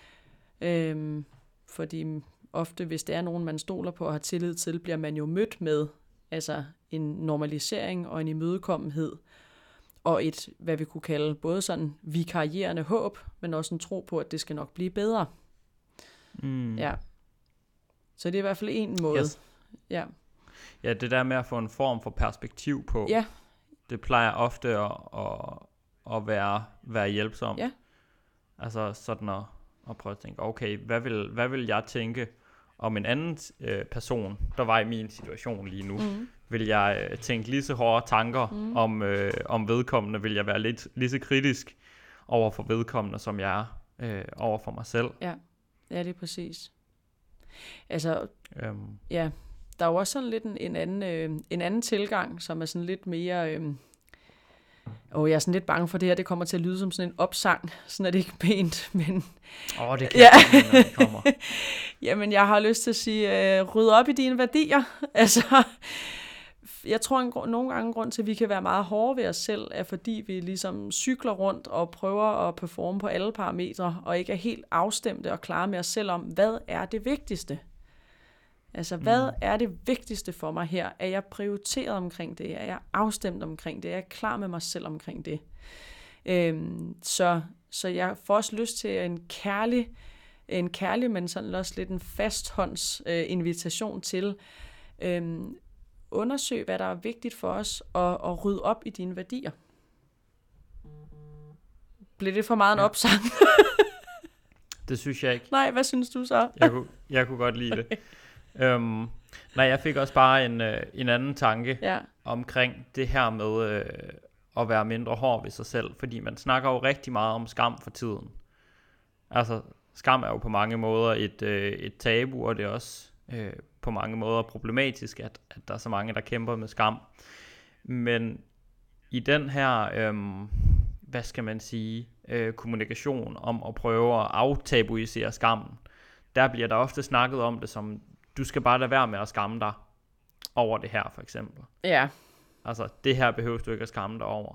Øhm, fordi ofte, hvis det er nogen, man stoler på og har tillid til, bliver man jo mødt med altså en normalisering og en imødekommenhed, og et, hvad vi kunne kalde, både sådan vikarierende håb, men også en tro på, at det skal nok blive bedre. Mm. Ja. Så det er i hvert fald en måde. Yes. Ja. Ja, det der med at få en form for perspektiv på, ja. det plejer ofte at, at, at være, være hjælpsomt. Ja. Altså sådan at, at prøve at tænke, okay, hvad vil, hvad vil jeg tænke om en anden øh, person, der var i min situation lige nu? Mm. Vil jeg øh, tænke lige så hårde tanker mm. om, øh, om vedkommende? Vil jeg være lidt lige så kritisk over for vedkommende, som jeg er øh, over for mig selv? Ja, ja, det er præcis. Altså, øhm. ja, der er jo også sådan lidt en, en, anden, øh, en anden tilgang, som er sådan lidt mere... Øh, og jeg er sådan lidt bange for det her, det kommer til at lyde som sådan en opsang, sådan er det ikke pænt, men... Åh, oh, det kan ja. jeg, når det kommer. Jamen, jeg har lyst til at sige, øh, ryd op i dine værdier. Altså, jeg tror, en, nogle gange grund til, at vi kan være meget hårde ved os selv, er fordi vi ligesom cykler rundt og prøver at performe på alle parametre, og ikke er helt afstemte og klare med os selv om, hvad er det vigtigste? Altså, hvad mm. er det vigtigste for mig her? Er jeg prioriteret omkring det? Er jeg afstemt omkring det? Er jeg klar med mig selv omkring det? Øhm, så, så jeg får også lyst til en kærlig, en kærlig, men sådan også lidt en fasthånds øh, invitation til øhm, undersøg, hvad der er vigtigt for os, og, og rydde op i dine værdier. Blev det for meget en Ja. opsang? Det synes jeg ikke. Nej, hvad synes du så? Jeg kunne, jeg kunne godt lide det. Øhm, nej, jeg fik også bare en, øh, en anden tanke Ja. omkring det her med øh, at være mindre hård ved sig selv. Fordi man snakker jo rigtig meget om skam for tiden. Altså, skam er jo på mange måder et, øh, et tabu, og det er også øh, på mange måder problematisk, at, at der er så mange, der kæmper med skam. Men i den her, øh, hvad skal man sige, øh, kommunikation om at prøve at aftabuisere skammen, der bliver der ofte snakket om det som, du skal bare lade være med at skamme dig over det her, for eksempel. Ja. Altså, det her behøver du ikke at skamme dig over.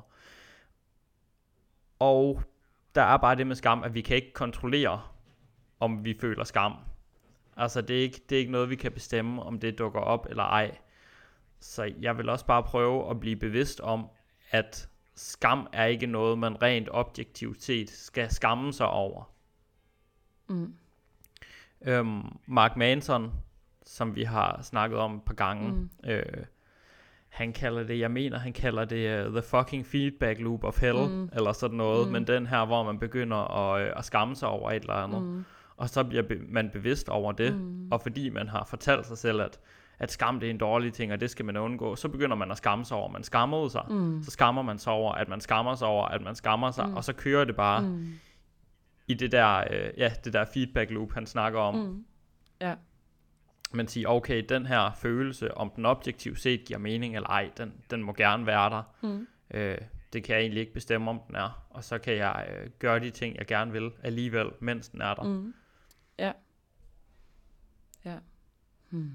Og der er bare det med skam, at vi kan ikke kontrollere, om vi føler skam. Altså, det er ikke, det er ikke noget, vi kan bestemme, om det dukker op eller ej. Så jeg vil også bare prøve at blive bevidst om, at skam er ikke noget, man rent objektivt set skal skamme sig over. Mm. Øhm, Mark Manson, som vi har snakket om et par gange, mm. øh, han kalder det, jeg mener, han kalder det uh, the fucking feedback loop of hell, mm. eller sådan noget, mm. men den her, hvor man begynder at, uh, at skamme sig over et eller andet, mm. og så bliver be- man bevidst over det, mm. og fordi man har fortalt sig selv, at, at skam det er en dårlig ting, og det skal man undgå, så begynder man at skamme sig over, man skammede sig, mm. så skammer man sig over, at man skammer sig over, at man skammer sig, mm. og så kører det bare mm. i det der, øh, ja, det der feedback loop, han snakker om. Mm. Ja. Man siger, okay, den her følelse, om den objektivt set giver mening eller ej, den, den må gerne være der. Mm. Øh, det kan jeg egentlig ikke bestemme, om den er. Og så kan jeg øh, gøre de ting, jeg gerne vil alligevel, mens den er der. Mm. Ja. Ja. Hmm.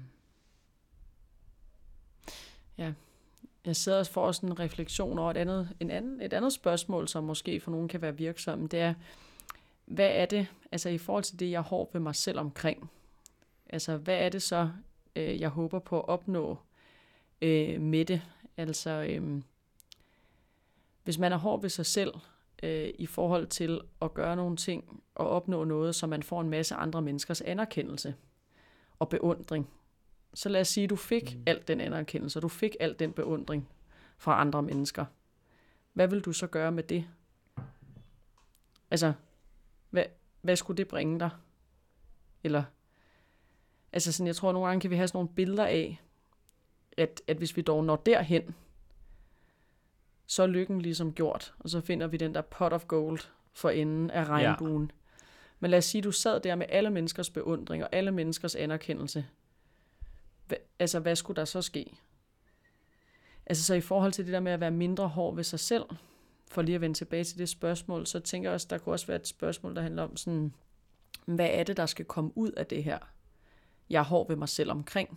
Ja. Jeg sidder også for sådan en refleksion over et andet, en anden, et andet spørgsmål, som måske for nogen kan være virksomme. Det er, hvad er det, altså i forhold til det, jeg har ved mig selv omkring? Altså, hvad er det så, øh, jeg håber på at opnå øh, med det? Altså, øh, hvis man er hård ved sig selv øh, i forhold til at gøre nogle ting og opnå noget, så man får en masse andre menneskers anerkendelse og beundring. Så lad os sige, at du fik mm. alt den anerkendelse, og du fik alt den beundring fra andre mennesker. Hvad vil du så gøre med det? Altså, hvad, hvad skulle det bringe dig? Eller... Altså sådan, jeg tror, at nogle gange kan vi have sådan nogle billeder af, at, at hvis vi dog når derhen, så er lykken ligesom gjort, og så finder vi den der pot of gold for enden af regnbuen. Ja. Men lad os sige, at du sad der med alle menneskers beundring og alle menneskers anerkendelse. Hva, altså, hvad skulle der så ske? Altså, så i forhold til det der med at være mindre hård ved sig selv, for lige at vende tilbage til det spørgsmål, så tænker jeg også, der kunne også være et spørgsmål, der handler om sådan, hvad er det, der skal komme ud af det her? Jeg er hård ved mig selv omkring.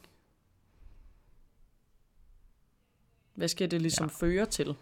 Hvad skal det ligesom ja. føre til?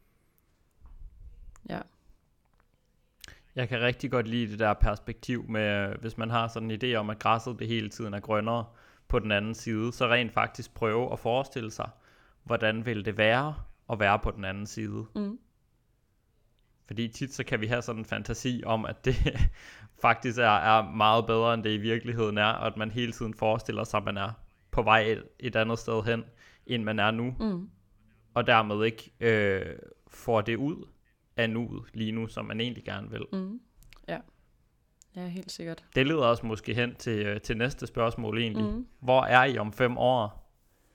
Ja. Jeg kan rigtig godt lide det der perspektiv med, hvis man har sådan en idé om, at græsset det hele tiden er grønnere på den anden side, så rent faktisk prøve at forestille sig, hvordan vil det være at være på den anden side. Mm. Fordi tit så kan vi have sådan en fantasi om, at det faktisk er, er meget bedre, end det i virkeligheden er, og at man hele tiden forestiller sig, at man er på vej et, et andet sted hen, end man er nu. Mm. Og dermed ikke øh, får det ud af nuet lige nu, som man egentlig gerne vil. Mm. Ja. Ja, helt sikkert. Det leder os måske hen til, til næste spørgsmål egentlig. Mm. Hvor er I om fem år?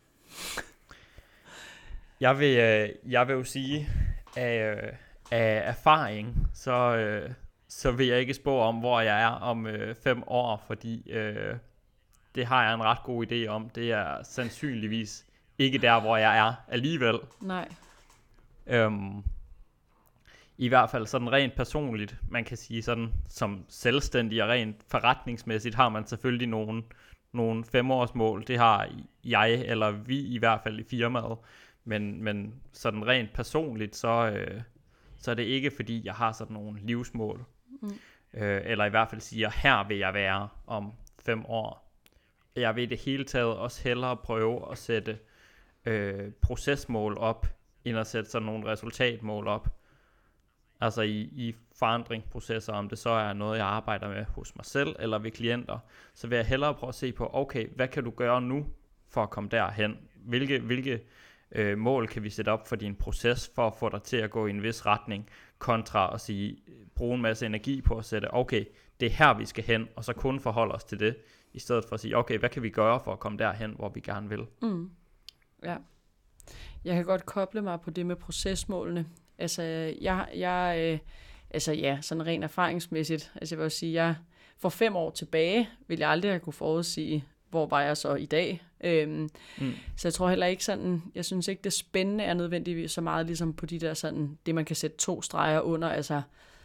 Jeg vil, øh, jeg vil jo sige, at... Øh, af erfaring, så, øh, så vil jeg ikke spå om, hvor jeg er om øh, fem år, fordi øh, det har jeg en ret god idé om. Det er sandsynligvis ikke der, hvor jeg er alligevel. Nej. Øhm, I hvert fald sådan rent personligt, man kan sige sådan, som selvstændig og rent forretningsmæssigt, har man selvfølgelig nogle, nogle femårsmål. Det har jeg, eller vi i hvert fald i firmaet. Men, men sådan rent personligt, så... Øh, så er det ikke fordi, jeg har sådan nogle livsmål. Mm. Øh, eller i hvert fald siger, her vil jeg være om fem år. Jeg vil i det hele taget også hellere prøve at sætte øh, procesmål op, end at sætte sådan nogle resultatmål op. Altså i, i forandringsprocesser, om det så er noget, jeg arbejder med hos mig selv eller ved klienter, så vil jeg hellere prøve at se på, okay, hvad kan du gøre nu for at komme derhen? Hvilke, hvilke øh, mål kan vi sætte op for din proces, for at få dig til at gå i en vis retning, kontra at sige, bruge en masse energi på at sætte, okay, det er her vi skal hen, og så kun forholde os til det, i stedet for at sige, okay, hvad kan vi gøre for at komme derhen, hvor vi gerne vil. Mm. Ja. Jeg kan godt koble mig på det med procesmålene. Altså, jeg, jeg øh, altså ja, sådan rent erfaringsmæssigt, altså jeg vil sige, jeg for fem år tilbage, ville jeg aldrig have kunne forudsige, hvor var jeg så i dag. Øhm, mm. Så jeg tror heller ikke sådan, jeg synes ikke det spændende er nødvendigvis så meget ligesom på de der sådan, det man kan sætte to streger under, altså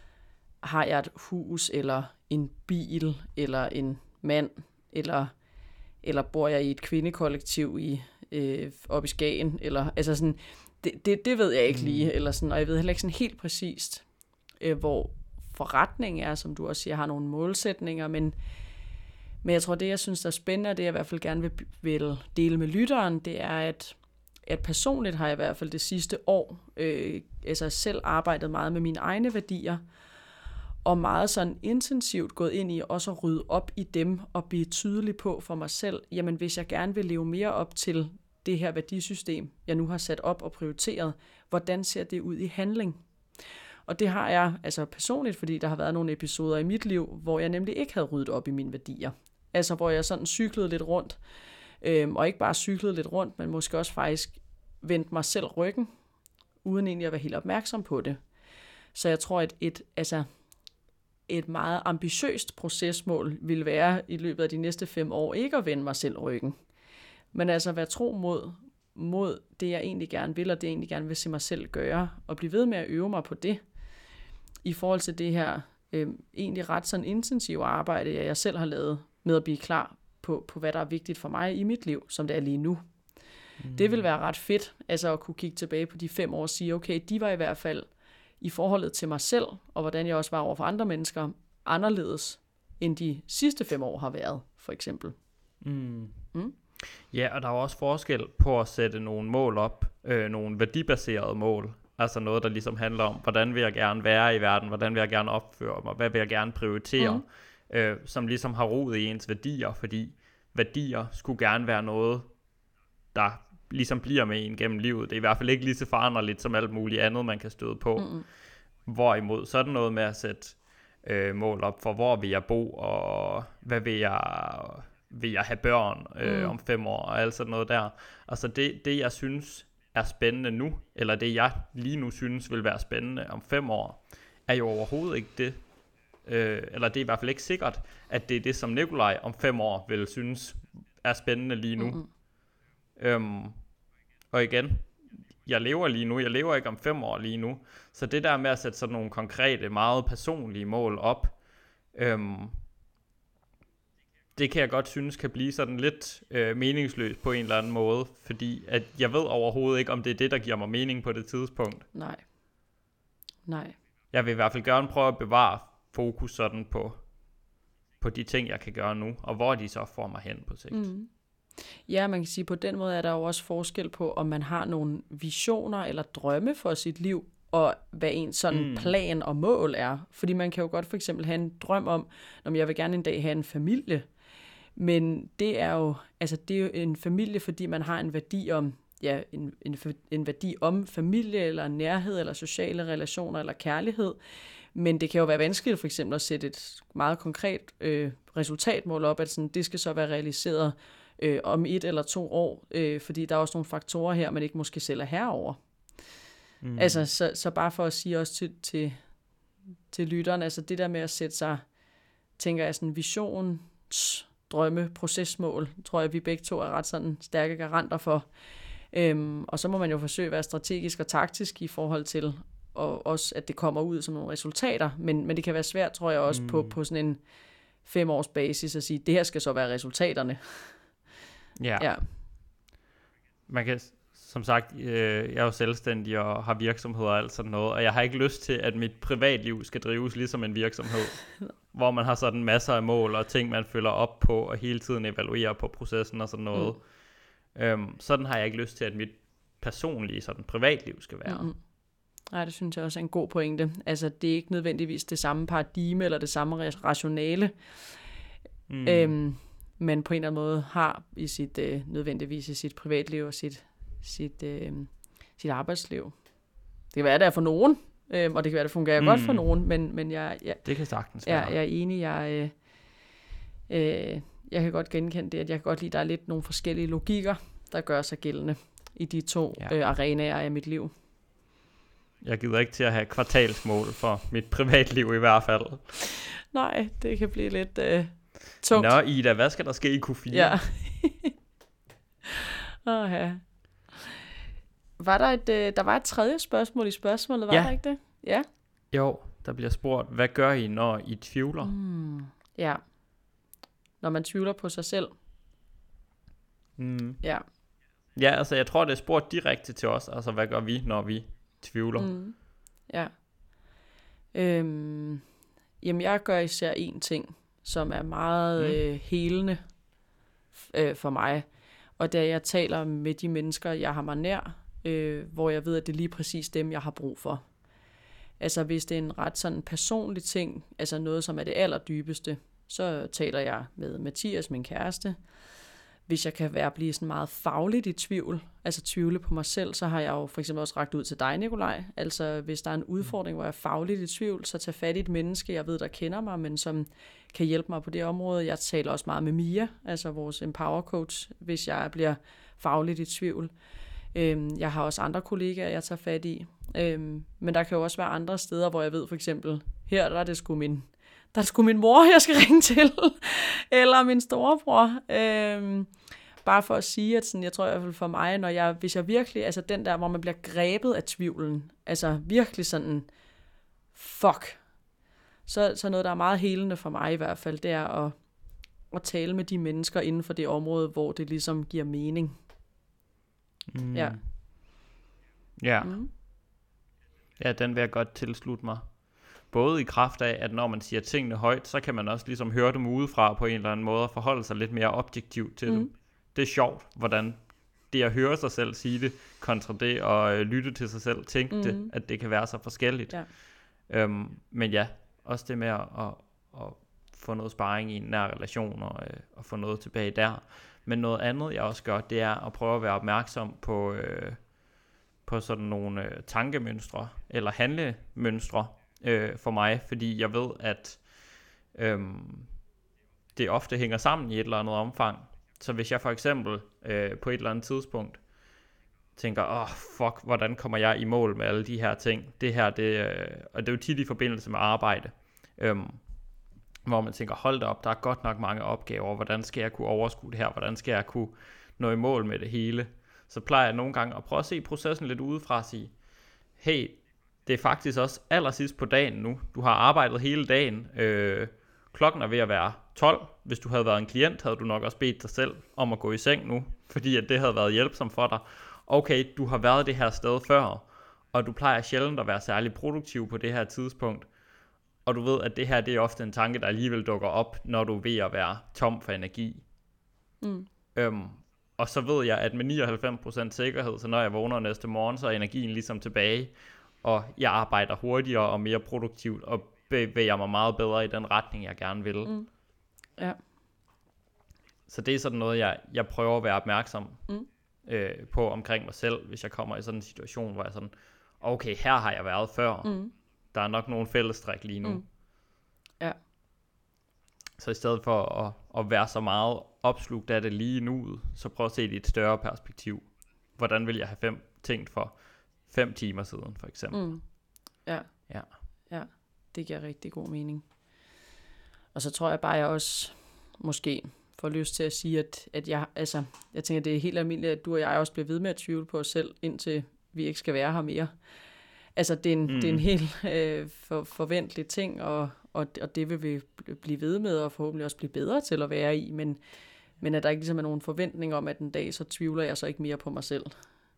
har jeg et hus, eller en bil, eller en mand, eller, eller bor jeg i et kvindekollektiv i, øh, op i Skagen, eller altså sådan, det, det, det ved jeg ikke lige, eller sådan, og jeg ved heller ikke sådan helt præcist, øh, hvor forretningen er, som du også siger, har nogle målsætninger, men Men jeg tror, det jeg synes, der er spændende, og det jeg i hvert fald gerne vil, vil dele med lytteren, det er, at, at personligt har jeg i hvert fald det sidste år øh, altså selv arbejdet meget med mine egne værdier, og meget sådan intensivt gået ind i også at rydde op i dem, og blive tydelig på for mig selv, jamen hvis jeg gerne vil leve mere op til det her værdisystem, jeg nu har sat op og prioriteret, hvordan ser det ud i handling? Og det har jeg altså personligt, fordi der har været nogle episoder i mit liv, hvor jeg nemlig ikke havde ryddet op i mine værdier. Altså hvor jeg sådan cyklede lidt rundt, øhm, og ikke bare cyklede lidt rundt, men måske også faktisk vendte mig selv ryggen, uden egentlig at være helt opmærksom på det. Så jeg tror, at et, altså, et meget ambitiøst procesmål vil være i løbet af de næste fem år ikke at vende mig selv ryggen, men altså være tro mod, mod det, jeg egentlig gerne vil, og det, jeg egentlig gerne vil se mig selv gøre, og blive ved med at øve mig på det, i forhold til det her øh, egentlig ret sådan intensive arbejde, jeg selv har lavet med at blive klar på, på, hvad der er vigtigt for mig i mit liv, som det er lige nu. Mm. Det vil være ret fedt, altså at kunne kigge tilbage på de fem år og sige, okay, de var i hvert fald i forholdet til mig selv, og hvordan jeg også var over for andre mennesker, anderledes end de sidste fem år har været, for eksempel. Mm. Mm. Ja, og der er også forskel på at sætte nogle mål op, øh, nogle værdibaserede mål, altså noget, der ligesom handler om, hvordan vil jeg gerne være i verden, hvordan vil jeg gerne opføre mig, hvad vil jeg gerne prioritere, mm. øh, som ligesom har rod i ens værdier, fordi værdier skulle gerne være noget, der ligesom bliver med en gennem livet. Det er i hvert fald ikke lige så foranderligt som alt muligt andet, man kan støde på. Mm-hmm. Hvorimod sådan noget med at sætte øh, mål op for, hvor vil jeg bo, og hvad vil jeg, vil jeg have børn øh, mm. om fem år, og alt sådan noget der. Altså det, det, jeg synes er spændende nu, eller det, jeg lige nu synes vil være spændende om fem år, er jo overhovedet ikke det. Øh, eller det er i hvert fald ikke sikkert, at det er det, som Nikolaj om fem år vil synes er spændende lige nu. Mm-hmm. Øhm, og igen, jeg lever lige nu, jeg lever ikke om fem år lige nu, så det der med at sætte sådan nogle konkrete, meget personlige mål op, øhm, det kan jeg godt synes kan blive sådan lidt øh, meningsløst på en eller anden måde, fordi at jeg ved overhovedet ikke, om det er det, der giver mig mening på det tidspunkt. Nej. Nej. Jeg vil i hvert fald gerne prøve at bevare fokus sådan på, på de ting, jeg kan gøre nu, og hvor de så får mig hen på sigt. Mm. Ja, man kan sige, på den måde er der jo også forskel på, om man har nogle visioner eller drømme for sit liv, og hvad ens sådan mm. plan og mål er. Fordi man kan jo godt for eksempel have en drøm om, om jeg vil gerne en dag have en familie. Men det er jo, altså det er jo en familie, fordi man har en værdi om, ja, en, en, en værdi om familie, eller nærhed, eller sociale relationer, eller kærlighed. Men det kan jo være vanskeligt for eksempel at sætte et meget konkret øh, resultatmål op, at sådan, det skal så være realiseret øh, om et eller to år, øh, fordi der er også nogle faktorer her, man ikke måske selv er herover. Mm. Altså, så, så bare for at sige også til, til, til lytteren, altså det der med at sætte sig, tænker jeg sådan visions, drømme, procesmål, tror jeg, vi begge to er ret sådan stærke garanter for. Øhm, og så må man jo forsøge at være strategisk og taktisk i forhold til, og også at det kommer ud som nogle resultater, men, men det kan være svært, tror jeg også, mm. på, på sådan en fem års basis at sige, det her skal så være resultaterne. Ja. ja. Man kan, som sagt, øh, jeg er jo selvstændig og har virksomheder og alt sådan noget, og jeg har ikke lyst til, at mit privatliv skal drives ligesom en virksomhed, hvor man har sådan masser af mål og ting, man følger op på, og hele tiden evaluerer på processen og sådan noget. Mm. Øhm, sådan har jeg ikke lyst til, at mit personlige, sådan privatliv skal være. Mm-hmm. Nej, det synes jeg også er en god pointe. Altså, det er ikke nødvendigvis det samme paradigme eller det samme rationale, mm. øhm, men på en eller anden måde har i sit, øh, nødvendigvis i sit privatliv og sit, sit, øh, sit arbejdsliv. Det kan være, det er for nogen, øh, og det kan være, det fungerer mm. godt for nogen, men, men jeg, jeg, det kan sagtens være. Jeg, jeg er enig, jeg, øh, øh, jeg kan godt genkende det, at jeg kan godt lide, at der er lidt nogle forskellige logikker, der gør sig gældende i de to ja. øh, arenaer af mit liv. Jeg gider ikke til at have kvartalsmål for mit privatliv i hvert fald. Nej, det kan blive lidt øh, tungt. Nå Ida, hvad skal der ske i Q fire? Ja. Åh, ja. Var der et, øh, der var et tredje spørgsmål i spørgsmålet, var ja. der ikke det? Ja. Jo, der bliver spurgt, hvad gør I, når I tvivler? Mm, ja. Når man tvivler på sig selv. Mm. Ja. Ja, altså jeg tror, det er spurgt direkte til os. Altså, hvad gør vi, når vi tvivler? Mm. Ja. Øhm, jamen, jeg gør især én ting, som er meget mm. øh, helende øh, for mig. Og det er, at jeg taler med de mennesker, jeg har mig nær, øh, hvor jeg ved, at det er lige præcis dem, jeg har brug for. Altså, hvis det er en ret sådan personlig ting, altså noget, som er det allerdybeste, så taler jeg med Mathias, min kæreste. Hvis jeg kan være blive sådan meget fagligt i tvivl, altså tvivle på mig selv, så har jeg jo for eksempel også rakt ud til dig, Nikolaj. Altså hvis der er en udfordring, hvor jeg er fagligt i tvivl, så tag fat i et menneske, jeg ved, der kender mig, men som kan hjælpe mig på det område. Jeg taler også meget med Mia, altså vores empower coach, hvis jeg bliver fagligt i tvivl. Jeg har også andre kollegaer, jeg tager fat i. Men der kan jo også være andre steder, hvor jeg ved for eksempel, her der er det sgu min Der er sgu min mor, jeg skal ringe til, eller min storebror. Øhm, bare for at sige, at sådan, jeg tror i hvert fald for mig, når jeg, hvis jeg virkelig, altså den der, hvor man bliver grebet af tvivlen, altså virkelig sådan, fuck. Så, så noget, der er meget helende for mig i hvert fald, det er at, at tale med de mennesker inden for det område, hvor det ligesom giver mening. Mm. Ja. Ja. Mm. Ja, den vil jeg godt tilslutte mig. Både i kraft af, at når man siger tingene højt, så kan man også ligesom høre dem udefra på en eller anden måde og forholde sig lidt mere objektivt til mm. dem. Det er sjovt, hvordan det at høre sig selv sige det, kontra det at øh, lytte til sig selv, tænke mm. det, at det kan være så forskelligt. Ja. Øhm, men ja, også det med at, at, at få noget sparring i en nær relation og, øh, og få noget tilbage der. Men noget andet, jeg også gør, det er at prøve at være opmærksom på, øh, på sådan nogle øh, tankemønstre eller handlemønstre, Øh, for mig, fordi jeg ved, at øhm, det ofte hænger sammen i et eller andet omfang. Så hvis jeg for eksempel øh, på et eller andet tidspunkt tænker, åh oh, fuck, hvordan kommer jeg i mål med alle de her ting? Det her, det, øh, og det er jo tit i forbindelse med arbejde, øhm, hvor man tænker, hold da op, der er godt nok mange opgaver, hvordan skal jeg kunne overskue det her? Hvordan skal jeg kunne nå i mål med det hele? Så plejer jeg nogle gange at prøve at se processen lidt udefra og sige, hey, det er faktisk også allersidst på dagen nu. Du har arbejdet hele dagen. Øh, klokken er ved at være tolv. Hvis du havde været en klient, havde du nok også bedt dig selv om at gå i seng nu, fordi at det havde været hjælpsomt for dig. Okay, du har været det her sted før, og du plejer sjældent at være særlig produktiv på det her tidspunkt. Og du ved, at det her det er ofte en tanke, der alligevel dukker op, når du er ved at være tom for energi. Mm. Øhm, og så ved jeg, at med nioghalvfems procent sikkerhed, så når jeg vågner næste morgen, så er energien ligesom tilbage. Og jeg arbejder hurtigere og mere produktivt, og bevæger mig meget bedre i den retning, jeg gerne vil. Mm. Ja. Så det er sådan noget, jeg, jeg prøver at være opmærksom mm. øh, på omkring mig selv, hvis jeg kommer i sådan en situation, hvor jeg sådan, okay, her har jeg været før. Mm. Der er nok nogle fællestræk lige nu. Mm. Ja. Så i stedet for at, at være så meget opslugt af det lige nu, så prøv at se det i et større perspektiv. Hvordan vil jeg have fem tænkt for fem timer siden, for eksempel. Mm. Ja. ja. Ja, det giver rigtig god mening. Og så tror jeg bare, jeg også måske får lyst til at sige, at, at jeg, altså, jeg tænker, det er helt almindeligt, at du og jeg også bliver ved med at tvivle på os selv, indtil vi ikke skal være her mere. Altså, det er en, mm. det er en helt øh, for, forventelig ting, og, og, og det vil vi blive ved med, og forhåbentlig også blive bedre til at være i, men, men at der ikke ligesom er nogen forventning om, at en dag, så tvivler jeg så ikke mere på mig selv.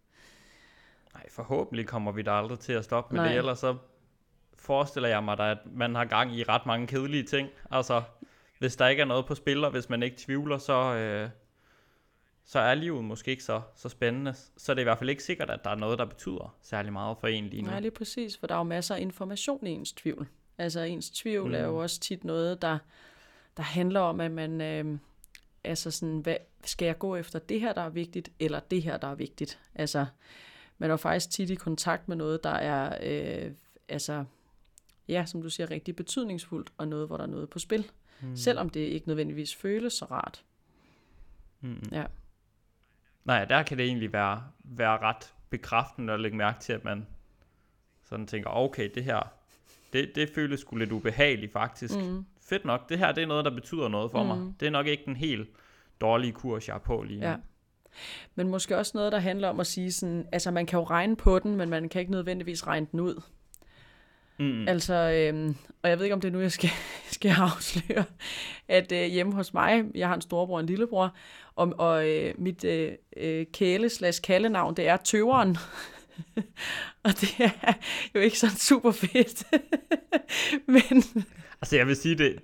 Nej, forhåbentlig kommer vi da aldrig til at stoppe med Nej. det, ellers så forestiller jeg mig da, at man har gang i ret mange kedelige ting. Altså, hvis der ikke er noget på spil, og hvis man ikke tvivler, så, øh, så er livet måske ikke så, så spændende. Så er det i hvert fald ikke sikkert, at der er noget, der betyder særlig meget for en lige nu. Nej, lige præcis, for der er jo masser af information i ens tvivl. Altså, ens tvivl mm. er jo også tit noget, der, der handler om, at man, øh, altså sådan, hvad, skal jeg gå efter det her, der er vigtigt, eller det her, der er vigtigt? Altså, man er faktisk tit i kontakt med noget, der er, øh, altså, ja, som du siger, rigtig betydningsfuldt, og noget, hvor der er noget på spil. Mm. Selvom det ikke nødvendigvis føles så rart. Mm. Ja. Nej, der kan det egentlig være, være ret bekræftende at lægge mærke til, at man sådan tænker, okay, det her, det, det føles sgu lidt ubehageligt faktisk. Mm. Fedt nok, det her det er noget, der betyder noget for mm. mig. Det er nok ikke den helt dårlige kurs, jeg er på lige nu. Ja. Men måske også noget, der handler om at sige sådan, altså man kan jo regne på den, men man kan ikke nødvendigvis regne den ud. Mm. Altså, øhm, og jeg ved ikke, om det er nu, jeg skal, skal afsløre, at øh, hjemme hos mig, jeg har en storebror og en lillebror, og, og øh, mit øh, øh, kæle-slash-kaldenavn, det er Tøveren. Og det er jo ikke sådan super fedt. Men altså, jeg vil sige, det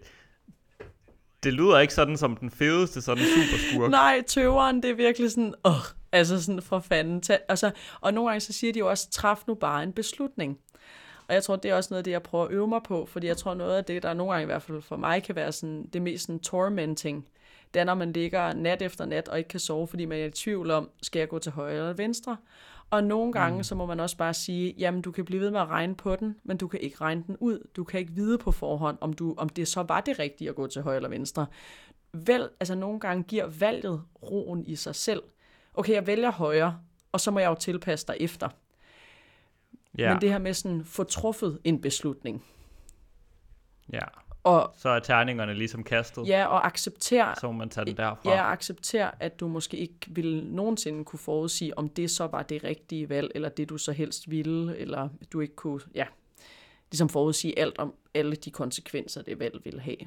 det lyder ikke sådan som den fedeste sådan superskurk. Nej, Tøveren, det er virkelig sådan, åh, altså sådan for fanden. Altså, og nogle gange så siger de jo også, træf nu bare en beslutning. Og jeg tror, det er også noget af det, jeg prøver at øve mig på, fordi jeg tror, noget af det, der nogle gange i hvert fald for mig kan være sådan, det mest sådan tormenting, det er, når man ligger nat efter nat og ikke kan sove, fordi man er i tvivl om, skal jeg gå til højre eller venstre? Og nogle gange, mm. så må man også bare sige, jamen du kan blive ved med at regne på den, men du kan ikke regne den ud. Du kan ikke vide på forhånd, om, du, om det så var det rigtige at gå til højre eller venstre. Vel, altså nogle gange giver valget roen i sig selv. Okay, jeg vælger højre, og så må jeg jo tilpasse dig efter. Yeah. Men det her med sådan, få truffet en beslutning. Ja, og, så er terningerne ligesom kastet. Ja, og acceptere, så må man tage den derfra. Ja, acceptere, at du måske ikke vil nogensinde kunne forudsige, om det så var det rigtige valg, eller det du så helst ville, eller du ikke kunne, ja, ligesom forudsige alt om alle de konsekvenser, det valg ville have.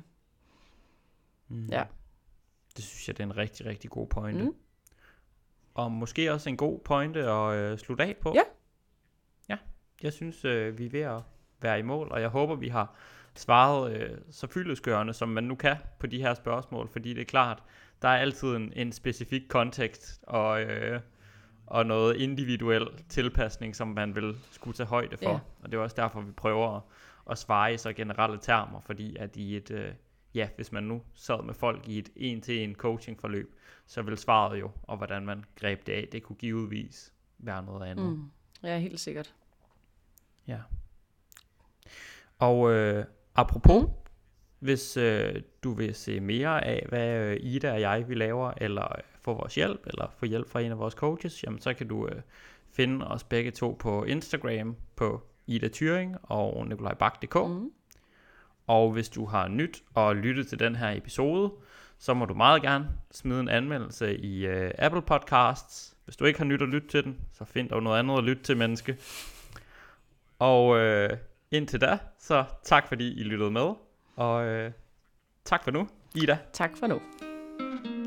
Mm. Ja. Det synes jeg, det er en rigtig, rigtig god pointe. Mm. Og måske også en god pointe at øh, slutte af på. Ja. Ja, jeg synes, øh, vi er ved at være i mål, og jeg håber, vi har svaret øh, så fyldestgørende, som man nu kan på de her spørgsmål, fordi det er klart, der er altid en, en specifik kontekst og, øh, og noget individuel tilpasning, som man vil skulle tage højde for. Yeah. Og det er også derfor, vi prøver at, at svare i så generelle termer, fordi at i et, øh, ja, hvis man nu sad med folk i et en-til-en coachingforløb, så vil svaret jo, og hvordan man greb det af, det kunne givetvis være noget andet. Mm. Ja, helt sikkert. Ja. Og øh, apropos, mm. hvis øh, du vil se mere af, hvad øh, Ida og jeg vi laver, eller øh, få vores hjælp, eller få hjælp fra en af vores coaches, jamen så kan du øh, finde os begge to på Instagram, på Ida Thyring og Nikolaj Bak punktum d k. Mm. Og hvis du har nyt og lyttet til den her episode, så må du meget gerne smide en anmeldelse i øh, Apple Podcasts. Hvis du ikke har nyt at lytte til den, så find dog noget andet at lytte til, menneske. Og øh, indtil da, så tak fordi I lyttede med, og øh, tak for nu, Ida. Tak for nu.